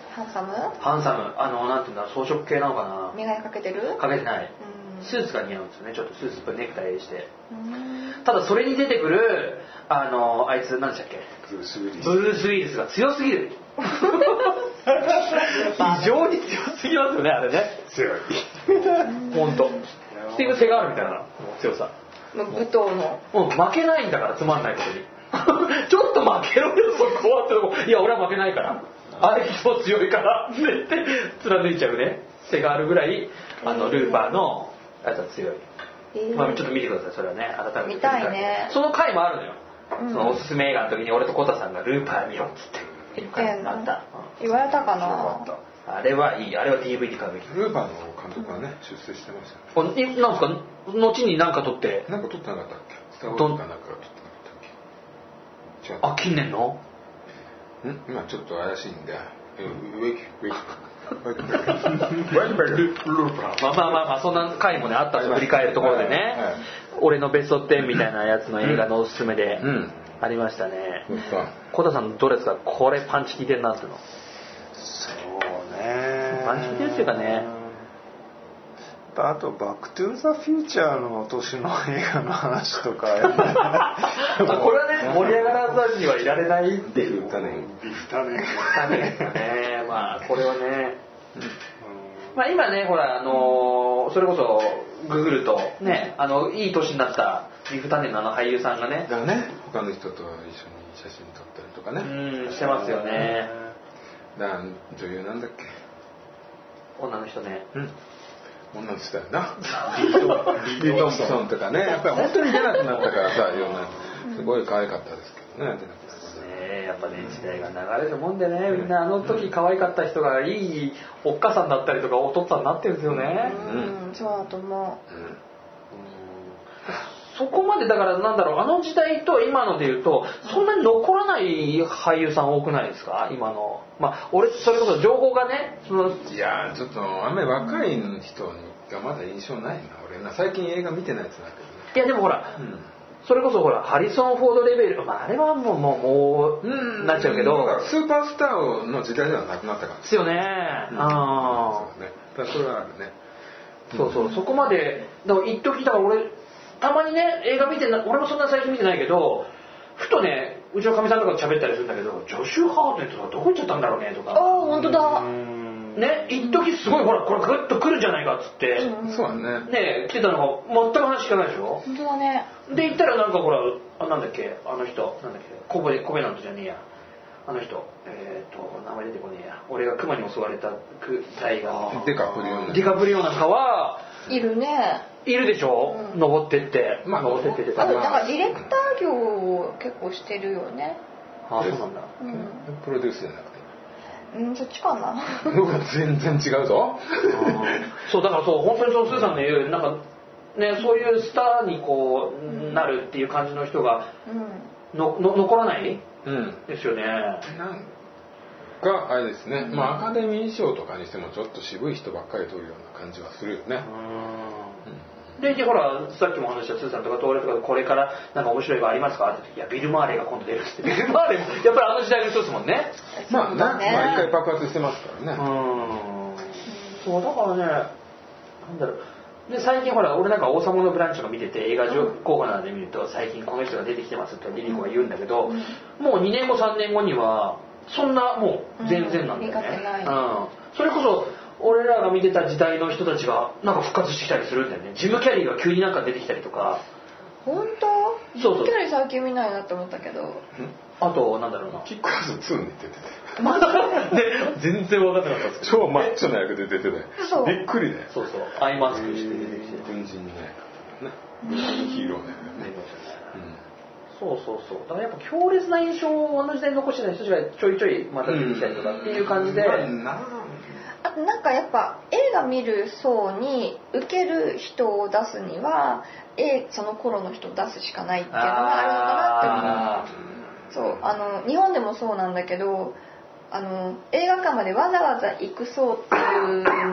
ハンサムなんていうんだろう、装飾系なのかな。 眼鏡かけてる？ かけてない。スーツが似合うんですよね。ちょっとスーツとネクタイして。ただそれに出てくるあいつ何でしたっけ？ブルース・ウィリスが強すぎる。異常に強すぎますよね、あれね。 強い。 本当。スティーブ・セガールみたいな強さ。 武闘の。 負けないんだから、つまんないことに。ちょっと負けろよ、そこはって。いや、俺は負けないから。あいつも強いからって言って貫いちゃうね。セガールぐらいルーパーのやつは強い。まあちょっと見てください、それはね。改めて見たいね。 その回もあるのよ。そのおすすめ映画の時に俺とコタさんがルーパー見ろっつっていう回があった。 言われたかな。 あれはいい。あれは DVD 買うべき。 ルーパーの監督はね、出世してましたよ。 なんですか、後に何か撮って。 なんか撮ってなかったっけ？スター・ウォーズかなんか撮ってなかったっけ？違う。 あ、近年の？ 今ちょっと怪しいんで。 まあそんな回もねあったんですよ。振り返るところでね、俺のベスト10みたいなやつの映画のおすすめでありましたね。小田さんどれですか？これパンチ効いてるなっていうの。 そうね、 パンチ効いてるっていうかね、 あとバックトゥーザフューチャーの年の映画の話とかこれはね盛り上がらずにはいられないっていうかね。 ビフタネね。まあこれはね、まあ今ねほらそれこそググるとねいい年になったビフタネの俳優さんがね。 だね。他の人と一緒に写真撮ったりとかね。 してますよね。 女優なんだっけ？ 女の人ね。 女の人だよな。リー・トンプソンとかね。やっぱり本当に出なくなったからさ、いろんなすごい可愛かったですけどね。 やっぱね時代が流れるもんでね、みんな時可愛かった人がいいおっかさんだったりとかお父っつぁんになってるんですよね。 そうだと思う。 そこまでだからなんだろう、時代と今ので言うとそんなに残らない俳優さん多くないですか今の。まあ俺それこそ情報がねいやちょっとあんまり若い人がまだ印象ないな。俺最近映画見てないやつだけどね。 いやでもほら、それこそほらハリソン・フォードレベル、あれはもうなっちゃうけど、 スーパースターの時代ではなくなったからですよね。 そうね。それはあるね。 そうそこまでだから一時だから俺たまにね映画見て俺もそんな最近見てないけど、ふとねうちのかみさんとかと喋ったりするんだけど、ジョシュ・ハートネットがどこ行っちゃったんだろうねとか。 本当だ。 ね、一時すごいほらこれグッと来るんじゃないかっつって、 そうだね。 ね来てたのが全く話聞かないでしょ。 本当だね。 で言ったらなんかほらなんだっけなんだっけコベナントじゃねえや。人名前出てこねえや。俺が熊に襲われた大河ディカプリオなんかはいるね。 いるでしょ、登ってって登ってってあとなんかディレクター業を結構してるよね。 そうなんだ。 プロデュースじゃなくて。 そっちかな。 全然違うぞ。 そうだから本当にスーさんの言うなんかねそういうスターにこうなるっていう感じの人が残らないですよね。 なんかあれですね。まあアカデミー賞とかにしてもちょっと渋い人ばっかり取るような感じはするよね。 でほらさっきも話したスーさんとか東レとかこれからなんか面白いのありますかって言って、いやビル・マーレーが今度出るって。ビル・マーレーもやっぱり時代の人ですもんね。 まあ一回爆発してますからね。 そうだからねなんだろう。で最近ほら俺なんか王様のブランチとか見てて映画候補なんで見ると最近この人が出てきてますってリリコが言うんだけど、もう2年後3年後にはそんなもう全然なんだよね。それこそ俺らが見てた時代の人たちがなんか復活してきたりするんだよね。ジム・キャリーが急になんか出てきたりとか。 本当？ジム・キャリー最近見ないなって思ったけど。 あとなんだろうな。 キックアス2に出てて。 まだね全然分かんなかったですけど。 超マッチョな役で出てて。びっくりね。 そうアイマスクして出てきて。 軍人ね。軍人ヒーローね。 そうだからやっぱ強烈な印象を時代に残してない人たちがちょいちょいまた出てきたりとかっていう感じで。 あとなんかやっぱ映画見る層に受ける人を出すにはその頃の人を出すしかないっていうのがあるのかなって思う。そう日本でもそうなんだけど映画館までわざわざ行く層っていう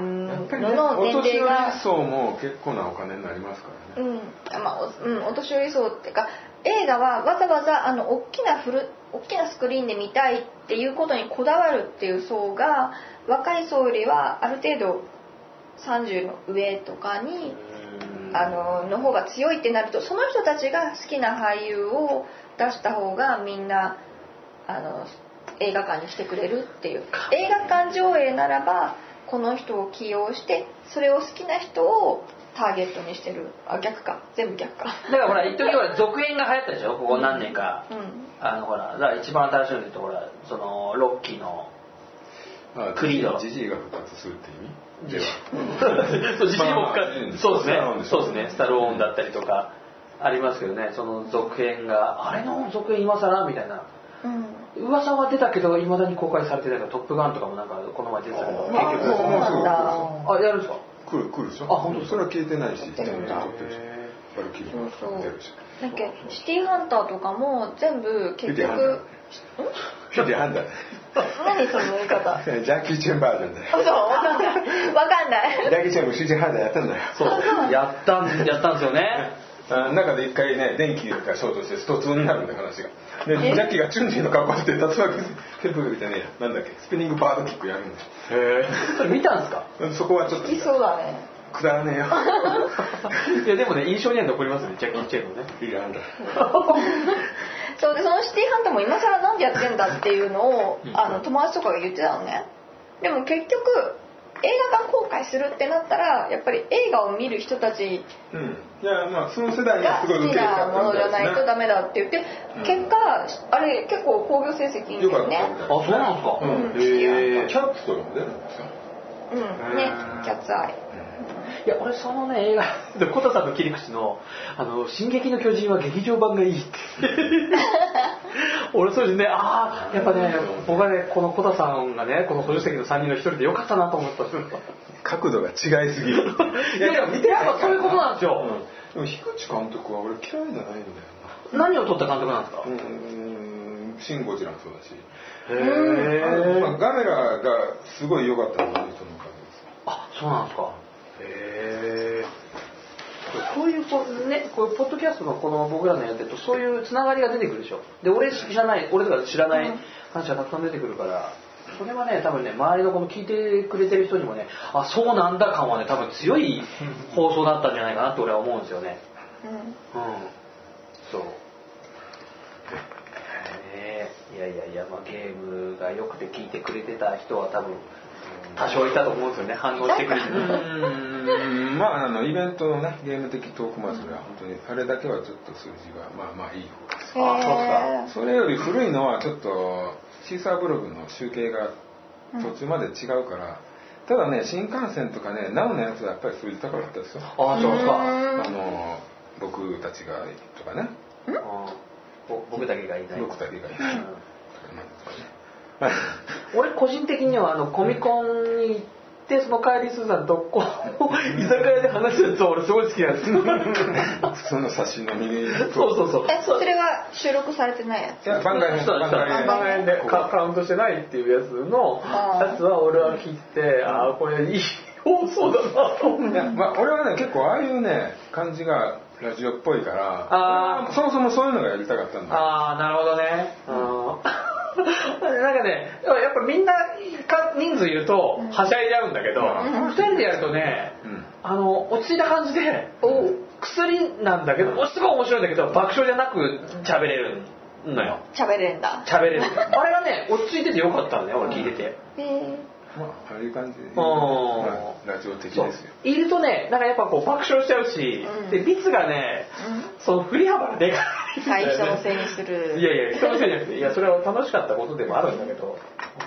のの年齢が、 お年寄り層も結構なお金になりますからね。 お年寄り層っていうか、映画はわざわざ大きなスクリーンで見たいっていうことにこだわるっていう層が若い層よりはある程度30の上とかにの方が強いってなると、その人たちが好きな俳優を出した方がみんな映画館にしてくれるっていう。映画館上映ならばこの人を起用してそれを好きな人をターゲットにしてる。逆か、全部逆か。 だからほら一時は続編が流行ったでしょ、ここ何年か。ほらだから一番新しいので言うとほらそのロッキーのクリード。 ジジイが復活するって意味？ そうジジイも復活。そうですね。そうですね。スタローンだったりとかありますけどね。その続編があれの続編今更みたいな。噂は出たけどいまだに公開されてないから、トップガンとかもなんかこの前出てたけど結局やるんですか？ 来るでしょ。 本当ですか？ それは消えてないし、撮ってるし、バルキリーも出るし。 だっけシティハンターとかも全部結局シティハンター。 何その言い方？ ジャッキー・チェンバージョンだよ。 そう、わかんない。 ジャッキー・チェンもシティハンターやったんだよ。 そうやったんですよね。 中で一回ね電気がショートしてスト2になるんだ話が。でジャッキーがチュンリーの格好して竜巻テープみたいななんだっけスピニングバードキックやるんだよ。 それ見たんですか？ そこはちょっと好きそうだね。 くだらねえよ。 いやでもね印象には残りますね、ジャッキー・チェンのね。 いいやんだ。 そうで、そのシティハンターも今更なんでやってんだっていうのを友達とかが言ってたのね。でも結局映画館公開するってなったらやっぱり映画を見る人たち、 いやまあその世代が好きなものじゃないとダメだって言って、結果あれ結構興行成績いいんだよね。 そうなんですか？ キャッツとかも出るんですよ。 ね、キャッツアイ。 いや俺そのね映画でコタさんの切り口の「進撃の巨人は劇場版がいい」って俺そうですね。やっぱね僕はねこのコタさんがねこの補助席の3人の1人でよかったなと思ったんですよ。 角度が違いすぎる。 いや見てやっぱそういうことなんですよ。 でも樋口監督は俺嫌いじゃないんだよな。何を撮った監督なんですか？ シン・ゴジラもそうだし。ガメラがすごい良かったのがその感じです。 そうなんですか。そういうこういうポッドキャストのこの僕らのやってるとそういうつながりが出てくるでしょ。で俺とか知らない話がたくさん出てくるから、それはね多分ね周りのこの聞いてくれてる人にもねそうなんだ感はね多分強い放送だったんじゃないかなって俺は思うんですよね。そう。いやまあゲームがよくて聞いてくれてた人は多分多少いたと思うんですよね、反応してくれてる。 まあイベントのねゲーム的トーク祭りは本当にあれだけはちょっと数字がまあいい方です。 そうですか。それより古いのはちょっとシーサーブログの集計が途中まで違うから、ただね新幹線とかねナウのやつはやっぱり数字高かったですよ。 そうですか。 僕たちがとかね。 僕だけがいない。俺個人的にはコミコンに行ってその帰りスーさんと居酒屋で話したやつは俺すごい好きなんです。 その差し飲みに。 そう。 それは収録されてないやつ？ いや番外編でカウントしてないっていうやつのやつは俺は聞いてこれいい放送だなと思って。 俺はね結構ああいうね感じがラジオっぽいからそもそもそういうのがやりたかったんだ。 なるほどね。なんかねやっぱみんな人数いるとはしゃいじゃうんだけど、2人でやるとね落ち着いた感じで薬なんだけどすごい面白いんだけど爆笑じゃなく喋れるのよ。 喋れるあれがね落ち着いててよかったのね俺聞いてて。 ああいう感じでラジオ的ですよ。 いるとねなんかやっぱこう爆笑しちゃうし、で率がねその振り幅がでかい。 最初のせいにする。 いや人のせいじゃなくてそれは楽しかったことでもあるんだけど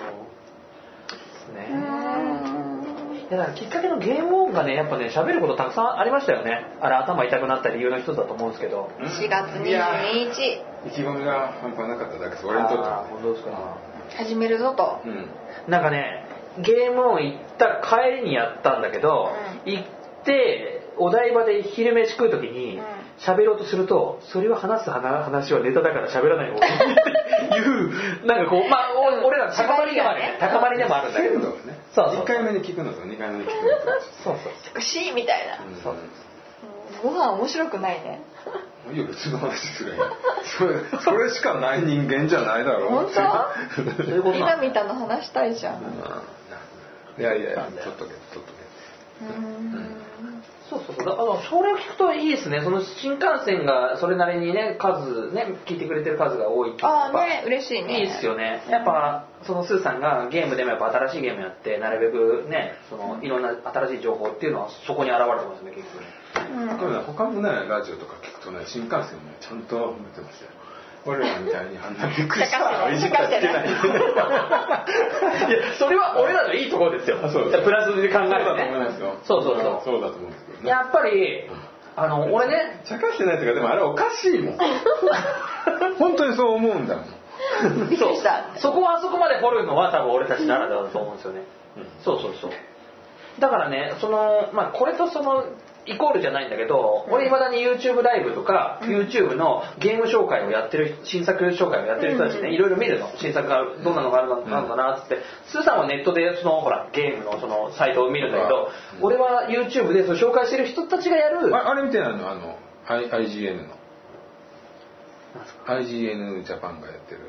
だからきっかけのゲームオンがねやっぱね喋ることたくさんありましたよね。あれ頭痛くなった理由の一つだと思うんですけど。 4月22日意気込みが半端なかっただけです俺にとっては。 本当ですか。 始めるぞと。 なんかねゲームオン行った帰りにやったんだけど、行ってお台場で昼飯食う時に、 喋ろうとするとそれは話す話はネタだから喋らない方がいいっていうなんかこうまあ俺ら高まりでもあるね高まりでもあるんだけどねそう1回目に聞くのと2回目に聞くのとそう美しいみたいな、 そうご飯面白くないねいや別の話するやんそれしかない人間じゃないだろ本当今みたいな話したいじゃんいやちょっとけそうそれを聞くといいですね。その新幹線がそれなりにね数ね聞いてくれてる数が多いってああね嬉しいねいいですよね。やっぱそのスーさんがゲームでもやっぱ新しいゲームやってなるべくねそのいろんな新しい情報っていうのはそこに現れてますね結局ね。 他のねラジオとか聞くとね新幹線もちゃんと見てましたよ。俺らみたいにあんなびっくりしたいじったってない。いやそれは俺らのいいところですよ。プラスで考えてね。そうだと思うんですけどね。 やっぱり俺ね茶化してないというかでもあれおかしいもん。本当にそう思うんだもん。 びっくりした。 そこはあそこまで掘るのは多分俺たちならではだと思うんですよね。そうだからねまあこれとそのイコールじゃないんだけど、俺いまだに YouTube ライブとか、YouTube のゲーム紹介をやってる新作紹介をやってる人たちね、いろいろ見るの新作がどんなのがあるのかなっつって、スーさんはネットでそのほらゲームのそのサイトを見るんだけど、俺は YouTube でその紹介してる人たちがやるあれ見てないのIGN の IGN ジャパンがやって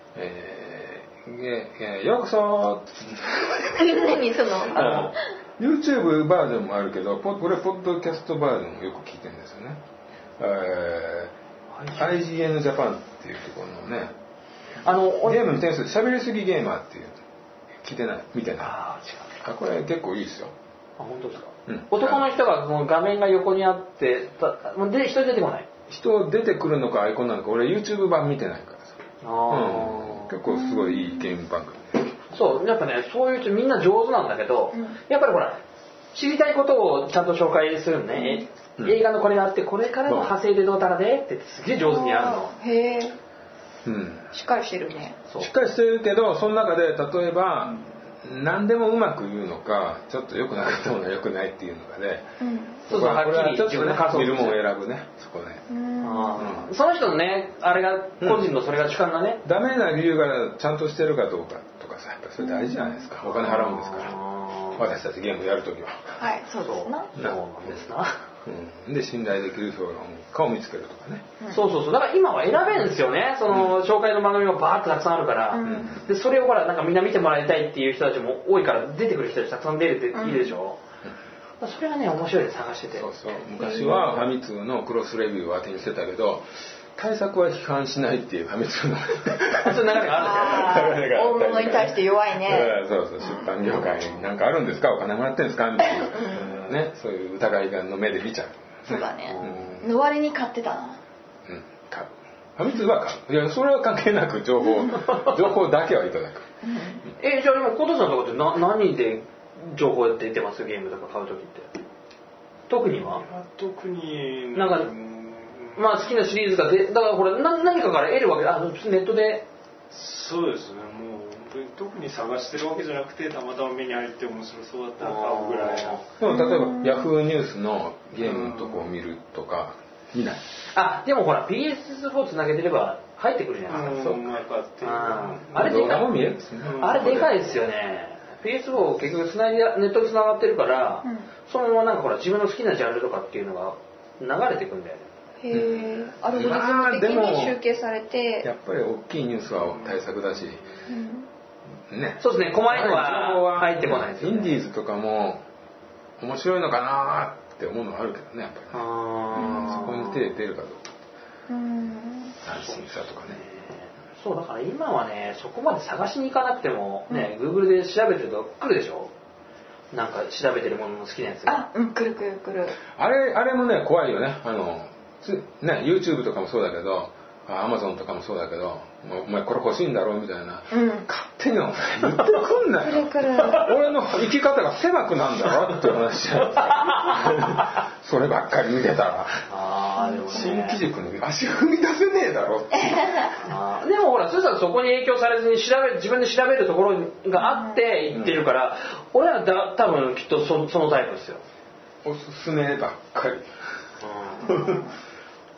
るようこそ何その YouTube バージョンもあるけど俺ポッドキャストバージョンもよく聞いてるんですよね。IGN ジャパンっていうところのねゲームに転する喋りすぎゲーマーっていう聞いてない見てないこれ結構いいですよ。 本当ですか、男の人が画面が横にあって人出てこない人出てくるのかアイコンなのか俺 YouTube 版見てないからさ結構すごいいいゲーム番組そうやっぱねそういうみんな上手なんだけど、やっぱりほら知りたいことをちゃんと紹介するのね、映画のこれがあってこれからの派生でどうたらでってすげえ上手にやるのへえ、しっかりしてるね。 しっかりしてるけどその中で例えば、何でもうまく言うのかちょっと良くなかったものは良くないっていうのかで、 そうはっきりちょっとね見るもんを選ぶねそこね。 その人のねあれが個人のそれが主観がね、 ダメな理由がちゃんとしてるかどうかとかさやっぱそれ大事じゃないですか。お金払うんですから私たちゲームやるときは。 はいそうですな。 そうなんですな。 で信頼できる人かを見つけるとかね。 そうだから今は選べるんですよね。その紹介の番組がバーッとたくさんあるから、でそれをほらなんかみんな見てもらいたいっていう人たちも多いから出てくる人たちたくさん出るっていいでしょ。それがね面白いで探してて。 昔はファミ通のクロスレビューは手にしてたけど対策は批判しないっていうファミ通のそういう流れがあるんですよ。 大物に対して弱いね。 そう出版業界に何かあるんですかお金もらってるんですかみたいなねそういう疑いの目で見ちゃう。 そうだね。の割に買ってたな。 買う。ファミ通は買う。いやそれは関係なく情報だけはいただく。 じゃあ今コトさんのとこって何で情報って出てますゲームとか買うときって。特には？ 特になんかまあ好きなシリーズがだからこれ何かから得るわけネットで。 そうですねもう特に探してるわけじゃなくてたまたま目に入って面白そうだったら買うぐらいの。 でも例えばヤフーニュースのゲームのとこを見るとか見ない。 でもほら PS4 つなげてれば入ってくるじゃないですか。 あれでかい。 あれでかいですよね。PS4 結局ネットに繋がってるから、そのままなんかほら自分の好きなジャンルとかっていうのが流れてくんだよね。 へえ。アルゴリズム的に集計されて。 やっぱり大きいニュースは対策だし。ね。 そうですね。細いのは入ってこないですよね。 インディーズとかも面白いのかなって思うのはあるけどねやっぱりね。そこに手出るかどうか。安心さとかね。 そうだから今はねそこまで探しに行かなくてもね、Google で調べてると来るでしょ。なんか調べてるものの好きなやつが。 来る。 あれもね怖いよね。YouTube とかもそうだけど Amazon とかもそうだけどお前これ欲しいんだろうみたいな、勝手にお前言ってくんなよ俺の生き方が狭くなんだろって話じゃんそればっかり見てたら新機軸に足踏み出せねえだろってでもほらそこに影響されずに自分で調べるところがあって言ってるから、俺は多分きっとそのタイプですよ。 おすすめばっかり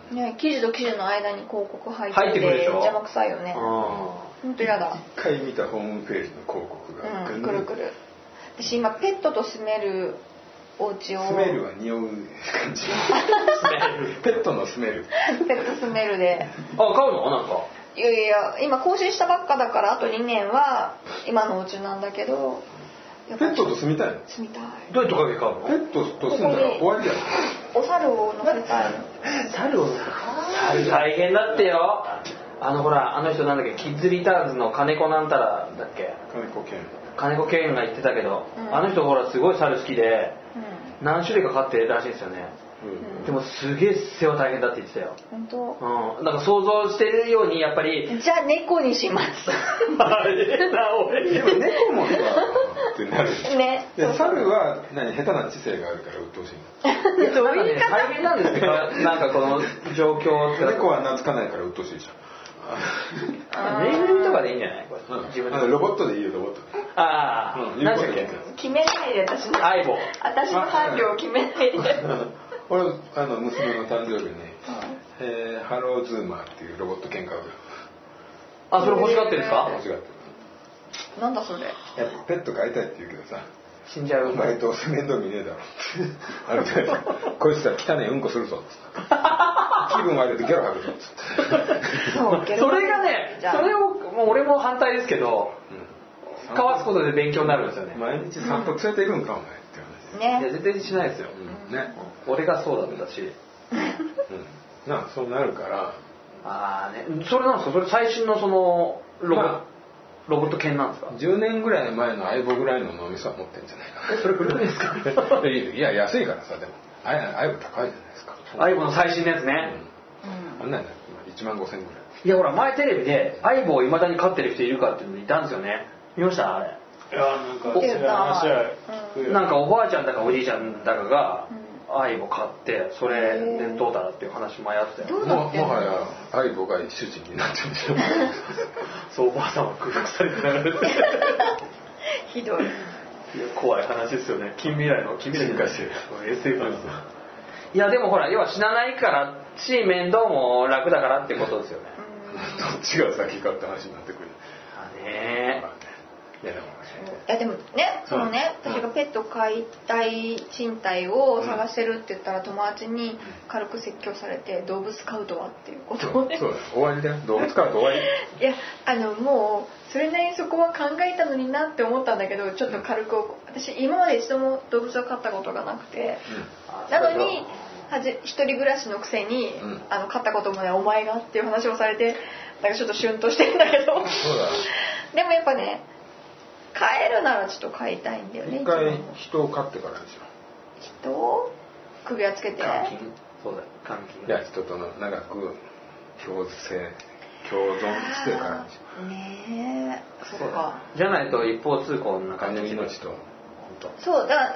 ね、記事と記事の間に広告入入ってくるでしょ。 邪魔くさいよね。本当やだ。 一回見たホームページの広告が、 くるくる。私今ペットと住めるお家を。 スメルは匂う感じ。ペットのスメル。 ペットスメルで。 あ、買うのなんか。 いやいや今更新したばっかだからあと2年は今のお家なんだけど。 ペットと住みたいの？ 住みたい。 どういうトカゲ買うの？ ペットと住んだら終わりじゃん。 お猿を乗せたいの。 猿大変だってよ。ほらあの人なんだっけ、キッズリターンズの金子なんたらだっけ、金子健が言ってたけど、あの人ほらすごい猿好きで、何種類か飼ってるらしいんですよね。でもすげえ世話大変だって言ってたよ。 本当？ なんか想像してるようにやっぱり。 じゃあ猫にします。 あれな、俺。 でも猫もさってなる。 ね。 猿は下手な知性があるから鬱陶しいの。 どういう方？ 大変なんですけど、なんかこの状況。 猫は懐かないから鬱陶しいじゃん。 ぬいぐるみとかでいいんじゃない？ 自分でロボットでいいよ、ロボット。 ああ、何でしたっけ？ 決めないで私の。 相棒。 私の伴侶を決めないで。 俺娘の誕生日にハローズーマーっていうロボット犬買うよ。 あ、それ欲しがってるんですか？ 欲しがってる。 なんだそれ。 ペット飼いたいって言うけどさ。 死んじゃう。 お前どうせ面倒見ねえだろ。あるじゃないですか。こいつさ汚ねえうんこするぞ。気分悪いとゲロ吐くぞ。 それがね、それをもう俺も反対ですけど、交わすことで勉強になるんですよね。 毎日散歩連れて行くんかお前って話。 ね。 いや絶対しないですよ。 ね。 俺がそうだったし。 そうなるから。 ああね。それなんですか？それ最新のそのロボット犬なんですか ？10年ぐらい前の相棒ぐらいの脳みそは持ってるんじゃないかな。 それ古いですか？ いや安いからさ、でも相棒高いじゃないですか。 相棒の最新のやつね。 あんなんだよ。1万5,000ぐらい。 いやほら前テレビで相棒を未だに飼ってる人いるかっていうのいたんですよね。見ましたあれ？ いやなんかそういう話は聞くよ。 なんかおばあちゃんだかおじいちゃんだかが相棒飼ってそれでどうだっていう話もやってたよ。 もはや相棒が主人になってるんでしょ。 そうおばあさんは空腹されてながらひどい。 怖い話ですよね。近未来進化してる SF です。いやでもほら要は死なないからし面倒も楽だからってことですよね。 どっちが先かって話になってくる。 ねいやでもね、そのね、私がペット飼いたい賃貸を探してるって言ったら友達に軽く説教されて動物飼うとはっていうことをね。 そうだ、終わりだよ。動物飼うと終わり。 いやもうそれなりにそこは考えたのになって思ったんだけど、ちょっと軽く私今まで一度も動物を飼ったことがなくて、なのに一人暮らしのくせに飼ったこともないお前がっていう話をされて、なんかちょっとシュンとしてるんだけど。 そうだ。 でもやっぱね。飼えるならちょっと飼いたいんだよね。 一回人を飼ってからでしょ。 人を首輪つけて。 そうだ、監禁。 いや人との長く共存してからでしょ。 ねえ、そうか。 じゃないと一方通行な感じの命と。 そうだ、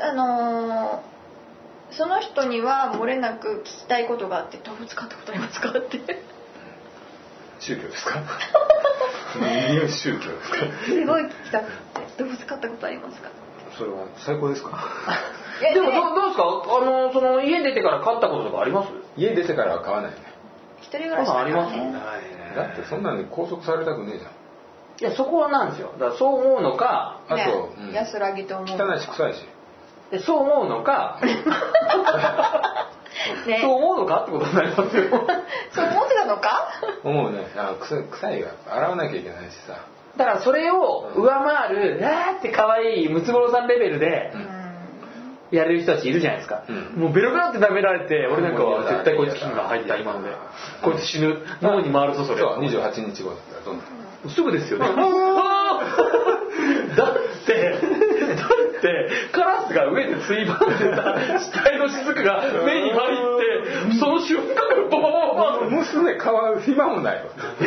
その人には漏れなく聞きたいことがあって、動物飼ったことありますかって。 宗教ですか？何を宗教ですか？ すごい聞きたくて、動物飼ったことありますか？ それは最高ですか？ でもどうですか？その家出てから飼ったこととかあります？ 家出てからは飼わないね。 一人暮らしだからね。 ありますね。 だってそんなに拘束されたくねえじゃん。 いやそこはなんですよ。だからそう思うのか、 あと、 安らぎと思う。 汚いし臭いし。 そう思うのか。 ね、 そう思うのかってことになりますよ。 そう思ってたのか？ 思うね。臭いが洗わなきゃいけないしさ。 だからそれを上回る、って可愛いムツゴロウさんレベルでやれる人たちいるじゃないですか。もうベロベロって舐められて、俺なんかは絶対こいつ菌が入った今ので、こいつ死ぬ。脳に回るぞそれ。 そう28日後だったらどんな。 すぐですよね。だってカラスが上でついばんでた死体の雫が目に入ってその瞬間バババババ娘変わる暇もないわ。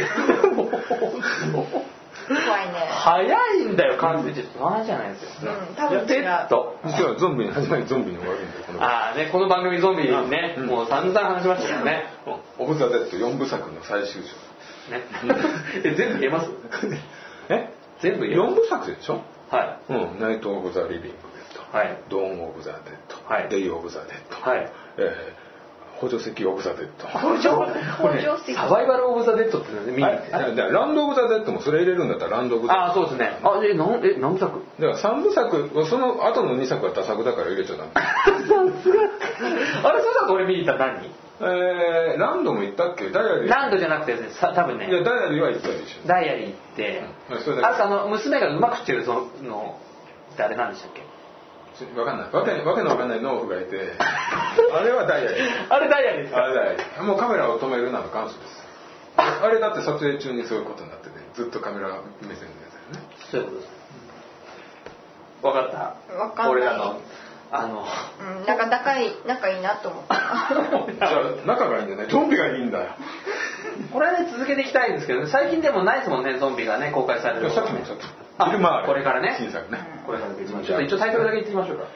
怖いね。 早いんだよ完全に話じゃないですよ。 多分ペット実はゾンビに始まりゾンビに終わるんだよ。 この番組ゾンビね、もう散々話しましたよね。 オブザ・デッド4部作の最終章ね。全部言えます？全部言えます？ 4部作でしょ。 はい。 ナイト・オブ・ザ・リビング・デッド、 はい、 ドーン・オブ・ザ・デッド、 はい、 デイ・オブ・ザ・デッド、 はい、 補助席オブザ・デッド。 補助席。 サバイバルオブザ・デッドって見に行って。 ランド・オブザ・デッドもそれ入れるんだったらランド・オブザ・デッド。 あ、そうですね。何作？ だから3部作、その後の2作は多作だから入れちゃダメ。 さすが。あれ、そうだと俺見に行ったら何？ ランドも行ったっけ？ダイアリー。 ランドじゃなくて多分ね。 いや、ダイアリーは行ったでしょ。 ダイアリー行って、娘がうまくしてるそのってあれなんでしたっけ？ わかんない。わけのわかんない農夫がいて、あれはダイアリー。 あれダイアリーですか？ あれダイアリー。もうカメラを止めるなの元祖です。あれだって撮影中にそういうことになってて、ずっとカメラ目線でやつだよね。 そういうことです。わかった。 わかんない。 俺らのなんか仲いいなと思った。 じゃあ仲がいいんじゃない？ゾンビがいいんだよ。 これはね続けていきたいんですけど、ね、最近でもないですもんね、ゾンビがね公開される。 さっきもビルマーレ。 これからね。 新作ね。 これからちょっと一応タイトルだけ言ってみましょうか。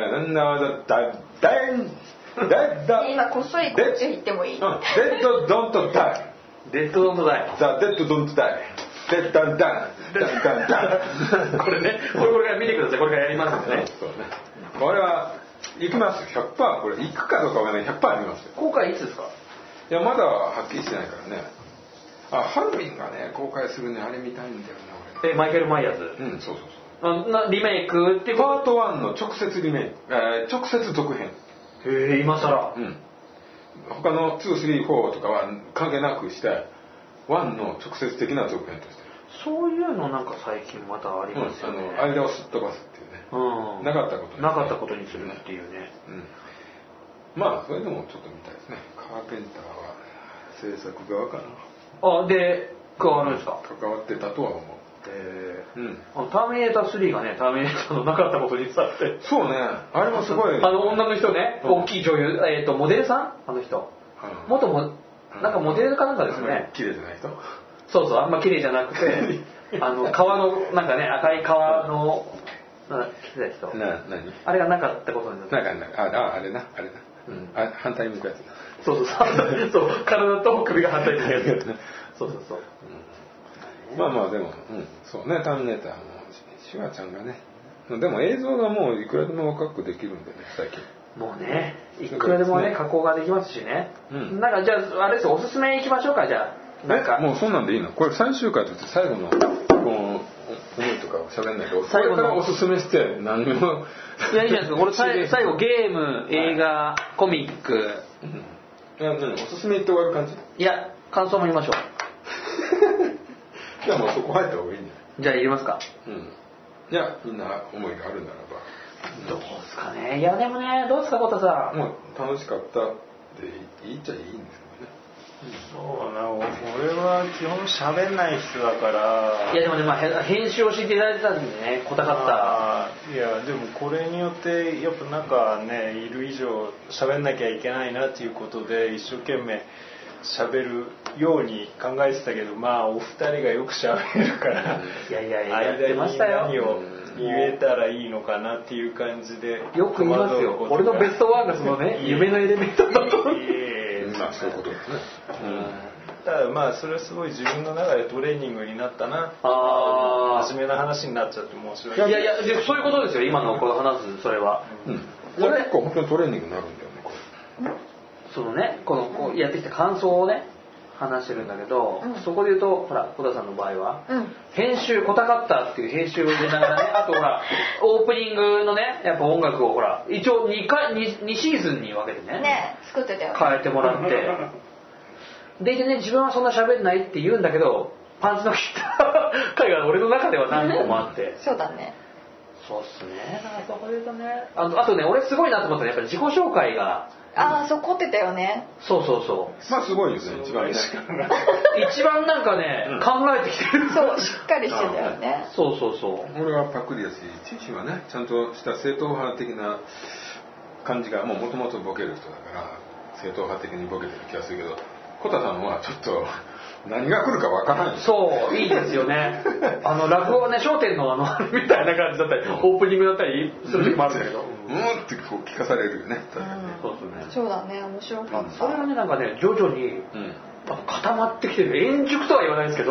今こっそりこっち言ってもいい？ デッドドントダイ。 デッドドントダイ。 ザ・デッドドントダイ。デッダンダンダンダンダン。 これね、これから見てください。これからやりますんでね。 そうね。これは行きますよ。100%これ行くかどうかはね 100% ありますよ。 公開いつですか？ いやまだはっきりしてないからね。ハロウィンがね公開するね、あれ見たいんだよね俺。マイケル・マイヤーズ。 うん、そうリメイクっていうパート1の直接リメイク、直接続編。 へえ、今更。 うん。他の2、3、4とかは関係なくして1の直接的な続編として。 そういうのなんか最近またありますよね。 間をすっ飛ばすっていうね。なかったことにするっていうね。まあそれでもちょっと見たいですね。カーペンターは制作側かな。 で加わるんですか？ 関わってたとは思う。 ターミネーター3がね、ターミネーターのなかったことにされて。 そうね。あれもすごい。 女の人ね、大きい女優、モデルさん？あの人。なんかモデルかなんかですね。 綺麗じゃない人？ そうそう、あんま綺麗じゃなくて、川のなんかね、赤い川の綺麗な人。 何？ あれがなかったことになって。 あれな。反対に向くやつ。 そう体と首が反対に向くやつ。そう。 まあでも、そうね、ターミネーターもシュワちゃんがね、でも映像がもういくらでも若くできるんでね、最近。 もうね、いくらでもね加工ができますしね。なんかじゃああれですよ、おすすめいきましょうか。じゃあなんかもうそんなんでいいの？これ最終回として最後のこう思いとかを喋んないけど、最後からおすすめして何もいやいいじゃないですか。これ最後ゲーム、映画、コミック。 おすすめ言って終わる感じ？ いや、感想も言いましょう。 じゃあもうそこ入った方がいいんじゃない？ じゃあ入れますか。 いや、みんな思いがあるならば。 どうですかね。いやでもね、どうですかコタさん。 もう楽しかったっていいっちゃいいんですけどね。 そうな、俺は基本喋んない人だから。 いやでもね、編集をしていただいてたんでね、こたかった。 いやでもこれによってやっぱなんかね、いる以上喋んなきゃいけないなっていうことで一生懸命喋るように考えてたけど、お二人がよく喋るから間に何を言えたらいいのかなっていう感じでよく言いますよ。俺のベストワンがそのね、夢のエレメントだと。 そういうことですね。 ただそれはすごい自分の中でトレーニングになったな。真面目な話になっちゃって申し訳ない。 いやそういうことですよ。今のこの話すそれは。 これ結構本当にトレーニングになるんだよね。 そのね、このやってきた感想をね話してるんだけど、そこで言うとほら小田さんの場合は、編集こたかったっていう編集を入れながらね、あとほらオープニングのねやっぱ音楽をほら一応2シーズンに分けてね作ってたよね、 変えてもらってでね、自分はそんな喋んないって言うんだけど、パンチの効いた回が俺の中では何個もあってそうだね。 そうっすね。だからそこで言うとね、あとね、俺すごいなと思ったのはやっぱり自己紹介がそう凝ってたよね。 そうすごいですね。一番なんかね、考えてきてる。 そうしっかりしてたよね。 そう俺はパクリだし、チーシはねちゃんとした正統派的な感じがもともとボケる人だから正統派的にボケてる気がするけど、コタさんはちょっと何が来るかわからない。 そういいですよね。落語はね、笑点のみたいな感じだったり、オープニングだったりする時もあるんだけど、 ってこう聞かされるよね。 そうだね、面白かった。 それがね、なんかね徐々に固まってきてる。円熟とは言わないですけど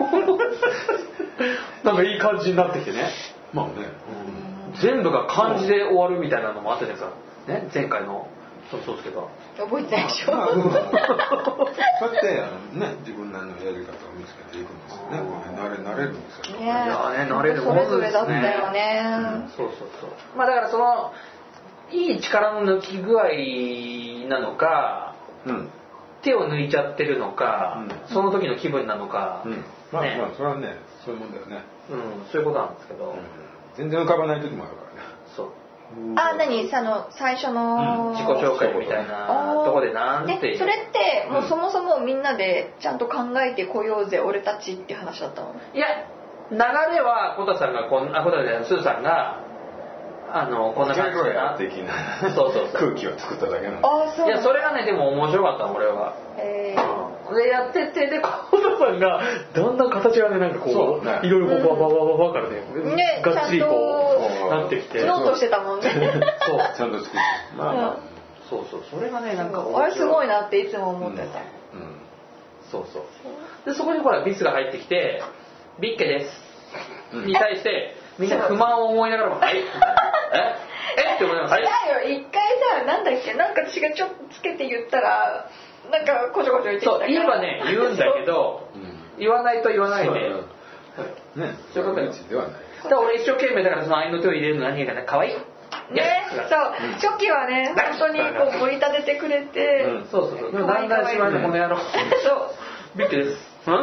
なんかいい感じになってきてね。 まあね、 全部が漢字で終わるみたいなのもあったじゃないですかね、前回のそうですけど覚えてないでしょ。 まあ、そうやってね、自分なりのやり方を見つけていくんですよね。慣れるんですよね。 いやね、慣れるもんですね。 それぞれだったよね。 そう。まあだからそのいい力の抜き具合なのか、手を抜いちゃってるのか、その時の気分なのか、 まあそれはね、そういうもんだよね。 そういうことなんですけど、 全然浮かばない時もあるからね。 そう。 何最初の自己紹介みたいなとこでなんてそれってもうそもそもみんなでちゃんと考えてこようぜ俺たちって話だったの？ いや流れはコタさんがスーさんがこんな感じでな的なそう空気を作っただけなの。 そう。 いやそれがねでも面白かったの俺は。でやっててでコタさんがだんだん形がねなんかこういろいろこうババからねがっちりこうなってきてノートしてたもんね。 そうちゃんと作って。 そうそれがねなんかあれすごいなっていつも思ってた。 そうでそこにほらビスが入ってきてビッケですに対してみんな不満を思いながらもはいって思います。 違うよ一回さなんだっけなんか私がちょっとつけて言ったらなんかこちょこちょ言ってきたから。 そう言えばね言うんだけど言わないと言わないでねそういうことよ。 ではない。 だから俺一生懸命だからその愛の手を入れるの何がね可愛いね、そう初期はね本当にこう盛り立ててくれて、 そうでもだんだんしまいでこの野郎そうビッケです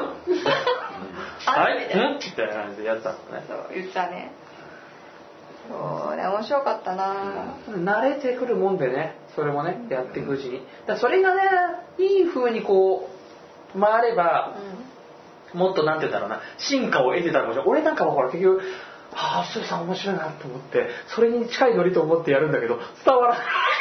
はいみたいな感じでやってたのね。 そう言ったね。そうね面白かったな。 慣れてくるもんでねそれもねやっていくうちにだそれがねいい風にこう回れば、もっとなんて言うんだろうな進化を得てたらもちろん俺なんかはほら結局スーさん面白いなと思ってそれに近いノリと思ってやるんだけど伝わら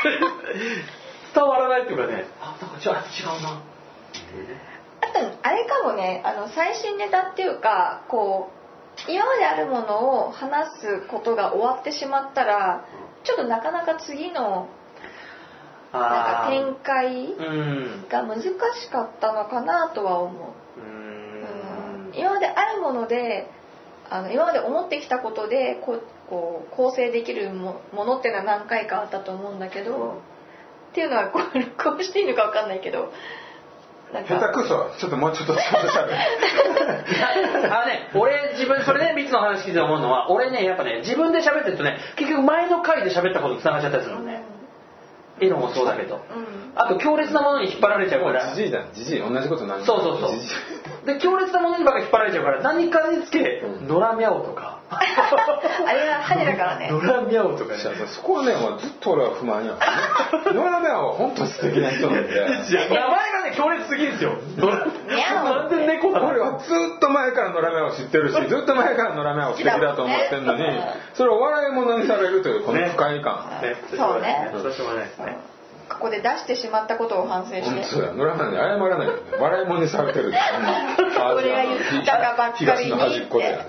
ないっていうかねなんか違うな。 あとあれかもね最新ネタっていうかこう今まであるものを話すことが終わってしまったらちょっとなかなか次のなんか展開が難しかったのかなとは思う。今まであるもので今まで思ってきたことでこう構成できるものっていうのは何回かあったと思うんだけど、っていうのはこうしていいのか分かんないけど下手くそちょっともうちょっとちゃんとしゃべる俺自分それねビッツの話聞いて思うのは俺ねやっぱね自分で喋ってるとね結局前の回で喋ったことにつながっちゃったりするのね。エロもそうだけど、あと強烈なものに引っ張られちゃうからじじいだじじい同じことなんそうで強烈なものにばっかり引っ張られちゃうから何かにつけノラミャオとかあれは派手だからねノラミャオとかねそこはねもうずっと俺は不満やからねノラミャオは本当素敵な人なんで名前がね強烈すぎるんですよ完全猫だ俺はずっと前からノラミャオ知ってるしずっと前からノラミャオ素敵だと思ってんのにそれを笑い物にされるというこの不快感そうねそれはしょうがないですね。 ここで出してしまったことを反省してそうだノラミャオに謝らないよね笑い物にされてる俺が言ったかばっかりに東の端っこでやで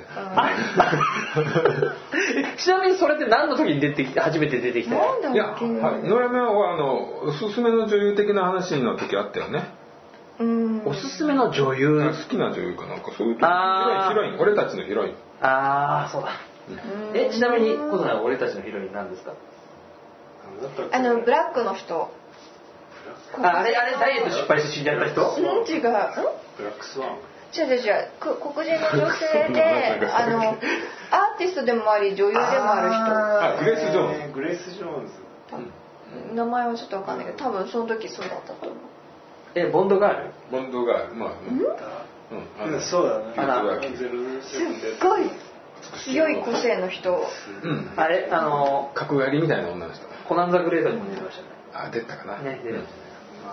ちなみにそれって何の時に初めて出てきたの？ なんだっけノラミャオはおすすめの女優的な話の時あったよね。 おすすめの女優好きな女優かなんかそういう時ヒロイン俺たちのヒロインそうだちなみに俺たちのヒロイン何ですか？ ブラックの人あれダイエット失敗して死んじゃった人？ 違うブラックスワン違う黒人の女性でアーティストでもあり女優でもある人グレース・ジョーンズグレース・ジョーンズ名前はちょっと分かんないけど多分その時そうだったと思う。 ボンドガールまあそうだねすっごい強い個性の人あれ角刈りみたいな女の人コナン・ザ・グレートにも出てましたね。 出たかなね出てましたね。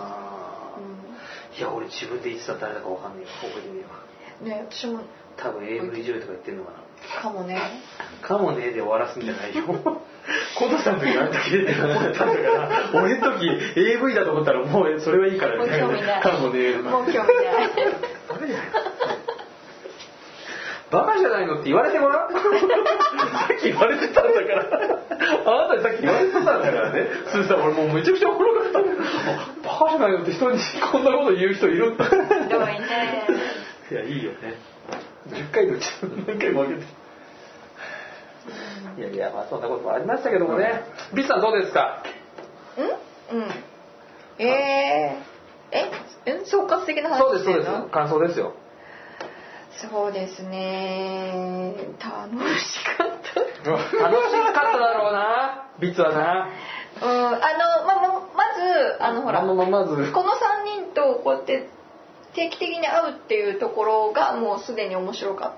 いや俺自分で言ってたら誰だかわかんないよ覚えてみようね私も多分 AV 女優とか言ってるのかなかもねで終わらすんじゃないよコトさんの時あれだけで思ったんだから俺の時 AV だと思ったらもうそれはいいからもう興味ないかもねもう興味ないバカじゃないのって言われてごらんさっき言われてたんだからあなたにさっき言われてたんだからねスーさん俺もうめちゃくちゃおもろかったバカじゃないのって人にこんなこと言う人いるんだひどいねいやいいよね10回のうち何回もあげていやまあそんなこともありましたけどもねビッツさんどうですか？ 総括的な話そうですそうです。感想ですよ。 そうですね。楽しかった。 楽しかっただろうな。ビッツはな。 まずほら、この3人とこうやって定期的に会うっていうところがもうすでに面白かった。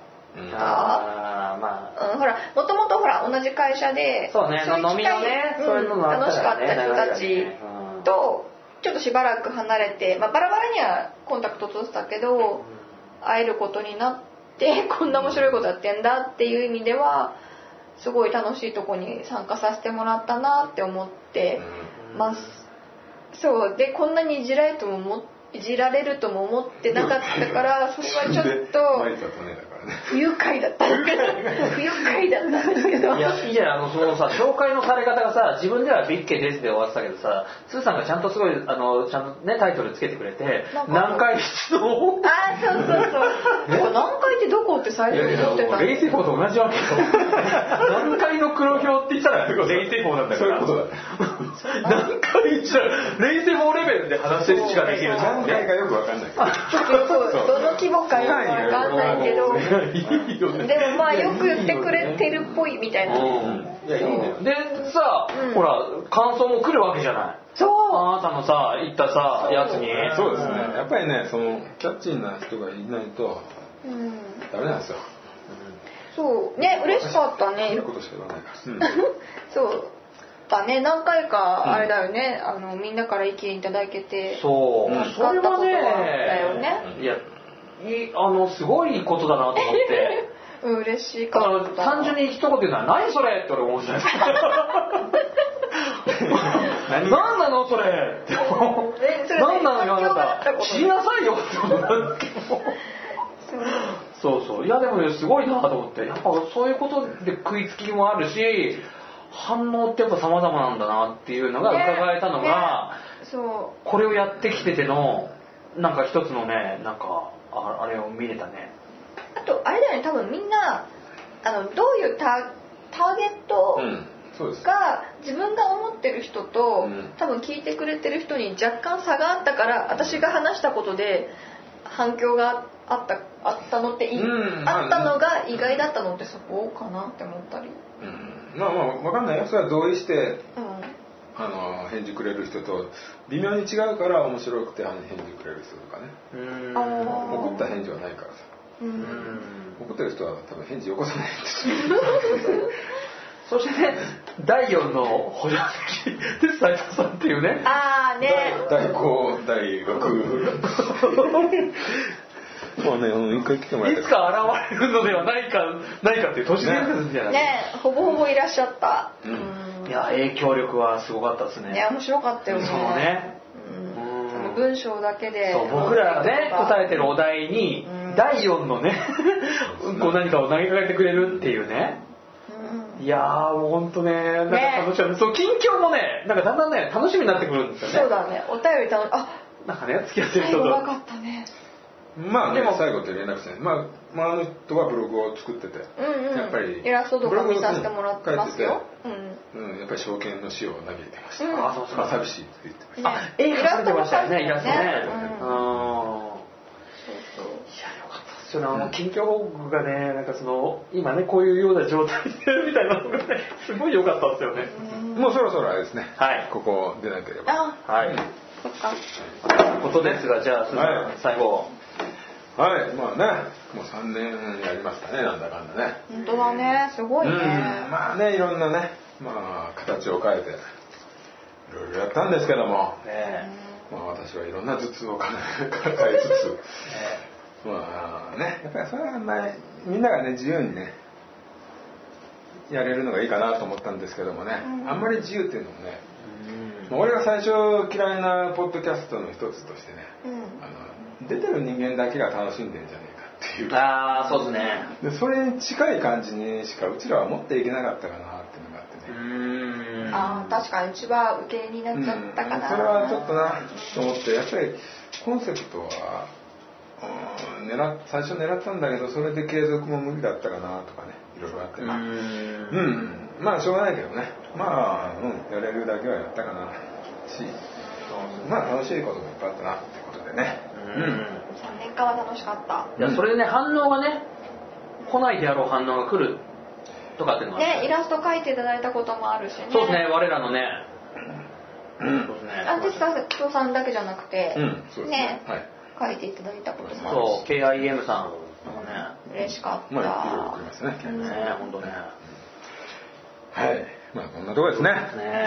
ほら、もともとほら同じ会社で、 そうね、飲みのね、そういうのもあった楽しかった人たちとちょっとしばらく離れて、バラバラにはコンタクト取ってたけど、会えることになってこんな面白いことやってんだっていう意味ではすごい楽しいとこに参加させてもらったなって思ってます。そうで、こんなにいじられるとも思ってなかったからそれはちょっと不愉快だったんですけど。 いや、いいじゃん、そのさ、紹介のされ方がさ、自分ではビッケですで終わってたけどさ、スーさんがちゃんとすごい、ちゃんとね、タイトルつけてくれて、南海出動。 そう。南海ってどこって最初に思ってた。 レイセフォーと同じわけよ。南海の黒豹って言ったら、レイセフォーなんだから。そういうことだ。南海じゃレイセフォーレベルで話しかできる。 南海がよくわかんないけど。 どの規模かよくわかんないけど。でもよく言ってくれてるっぽいみたいな。いや、いいね。でさ、ほら感想も来るわけじゃない。 そう。 あなたのさ言ったさやつに。 そうですね。やっぱりね、そのキャッチーな人がいないとダメなんですよ。 そうね、嬉しかったね。 いいことしか言わないから。 そうだね、何回かあれだよね、みんなから意見いただけて。 そう。 それはね。だよね。 いや。すごいことだなと思って。 嬉しかった。 単純に一言言うのは何それって俺思うじゃないですか。何なのそれって。何なのよあなた。知りなさいよって思うんですけど。そう。いやでもね、すごいなと思って。やっぱそういうことで食いつきもあるし、反応ってやっぱ様々なんだなっていうのが伺えたのが、これをやってきててのなんか一つのね、なんかあれを見れたね。 あとあれだよね、多分みんなどういうターゲットが自分が思ってる人と、多分聞いてくれてる人に若干差があったから、私が話したことで反響があったのってあったのが意外だったのってそこかなって思ったり。 まあ分かんないよ。それは同意して、返事くれる人と微妙に違うから面白くて返事くれる人とかね。怒った返事はないからさ。怒ってる人は多分返事よこさないんですよ。 そしてね、第4の補助席で斉藤さんっていうね。 第5、第6。もうね、一回来てもらいたい。 いつか現れるのではないかっていう都市伝説じゃないね、ほぼほぼいらっしゃった。 いや、影響力はすごかったですね。 ね、面白かったよね。 そうね。 文章だけで。 僕らがね、答えてるお題に、第4のね、こう何かを投げかけてくれるっていうね。いやー、もうほんとね、なんか楽しみ。そう、近況もね、なんかだんだんね、楽しみになってくるんですよね。 そうだね、お便りなんかね、付き合ってる人と。 分かったね。 まあね、最後って連絡してね、あの人はブログを作ってて、やっぱりイラストとか見させてもらってますよ。 やっぱり証券の死を嘆いてました。寂しいって言ってました。 絵描いてましたよね、イラストね。いや、よかったですよね。近況報告がね、なんか今ね、こういうような状態でみたいなのがね、すごい良かったですよね。 もうそろそろあれですね。 はい。 ここ出なければ。 はい。そっか。ことですが、じゃあ、最後。 はい、まあね、もう3年やりましたね、なんだかんだね。 本当だね、すごいね。 まあね、いろんなね、形を変えていろいろやったんですけども、私はいろんな頭痛を抱えつつ、やっぱりそれはみんながね、自由にねやれるのがいいかなと思ったんですけどもね、あんまり自由っていうのもね、俺が最初嫌いなポッドキャストの一つとしてね、出てる人間だけが楽しんでんじゃねえかっていう。 そうですね。 でそれに近い感じにしかうちらは持っていけなかったかなっていうのがあってね。 確かにうちは受けになっちゃったかな。 それはちょっとなと思って、やっぱりコンセプトは最初狙ったんだけど、それで継続も無理だったかなとかね、いろいろあってまあしょうがないけどね、やれるだけはやったかなし、 まあ楽しいこともいっぱいあったなってことでね。 3年間は楽しかった。 いやそれでね反応がね来ないであろう反応が来るとかっていうのがね、イラスト描いていただいたこともあるしね。 そうですね、我らのね。 そうですね。哲人さんだけじゃなくて、ね、描いていただいたこともあるし。 そう、KIM さんとかね。 嬉しかった。 まあいろいろ送りますね。 ね、本当ね。 はい、まあこんなところですね。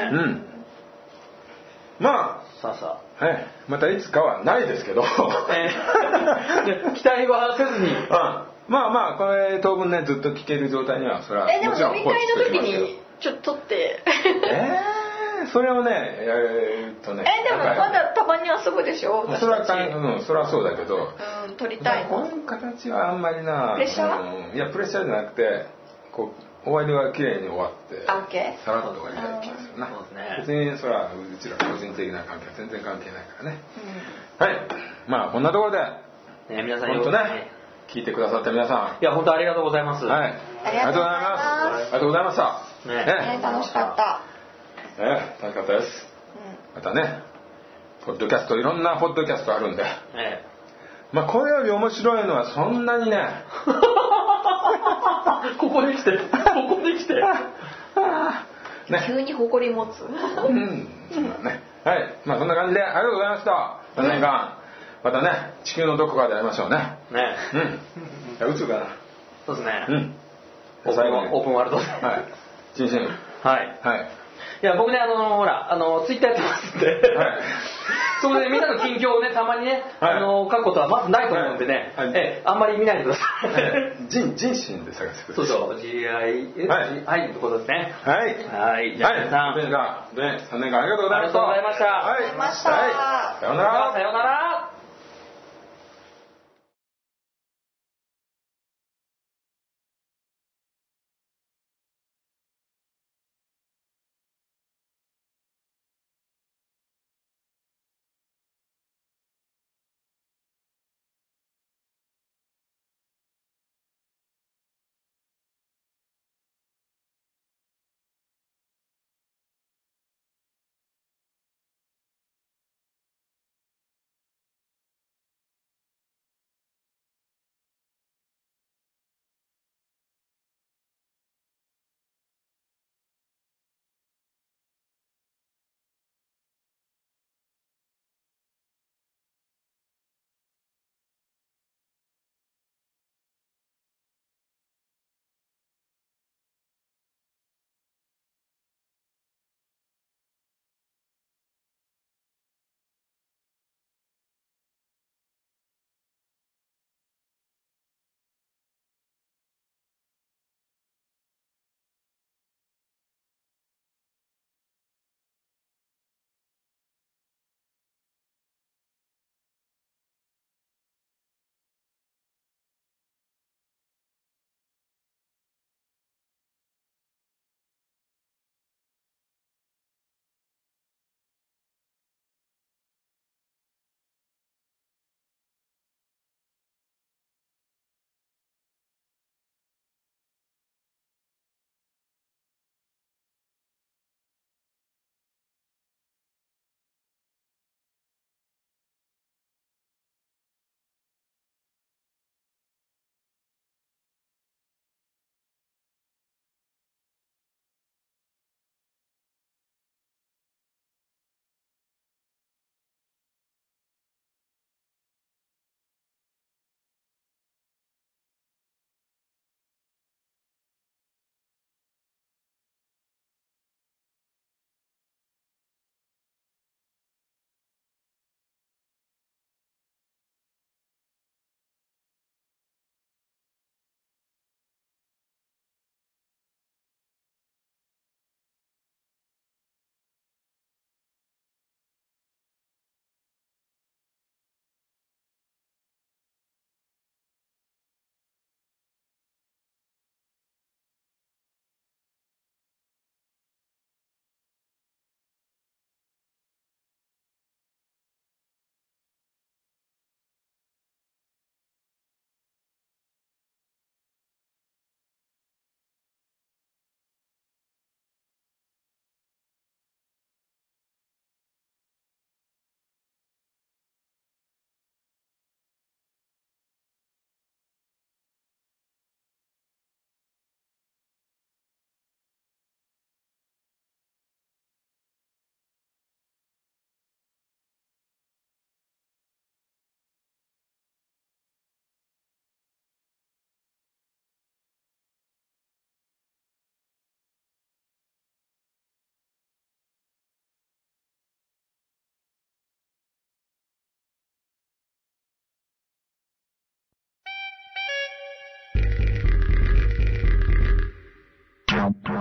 まあさはい、またいつかはないですけど、 期待はせずに。 まあまあこれ当分ねずっと聞ける状態にはそれはもちろん飲み会の時にちょっと撮ってそれをねやるとねでもまだたまに遊ぶでしょ。 それはそうだけど撮りたいこういう形はあんまりなプレッシャーいやプレッシャーじゃなくてこう終わりは綺麗に終わってさらっと終わりたい気がするな。別にそれはうちら個人的な関係は全然関係ないからね。はい、まあこんなところで皆さん本当ね聞いてくださった皆さん、 いや本当ありがとうございます。 ありがとうございます。 ありがとうございました。 楽しかった。 楽しかったです。またねポッドキャストいろんなポッドキャストあるんで、まあこれより面白いのはそんなにねここに来て急に誇り持つはい、まあそんな感じでありがとうございました。4年間またね地球のどこかで会いましょうね。宇宙かな。 そうですね。オープンワールドで。 人生。 いや僕ねほらツイッターやってますんで、そこでみんなの近況をねたまにね書くことはまずないと思うんでね、あんまり見ないでください。 人心で探してください。 そう GI はいってことですね。はいじゃあ皆さん3年間ありがとうございました。 ありがとうございました。 さようなら。 さようなら。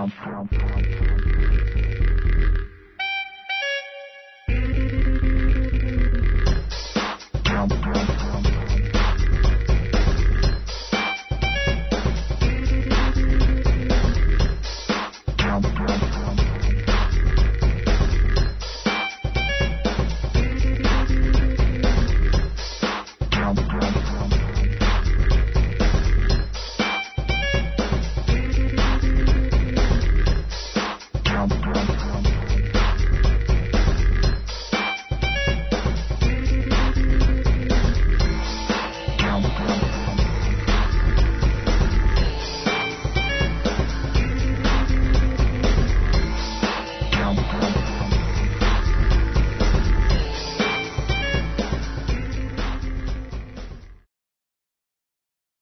Bye.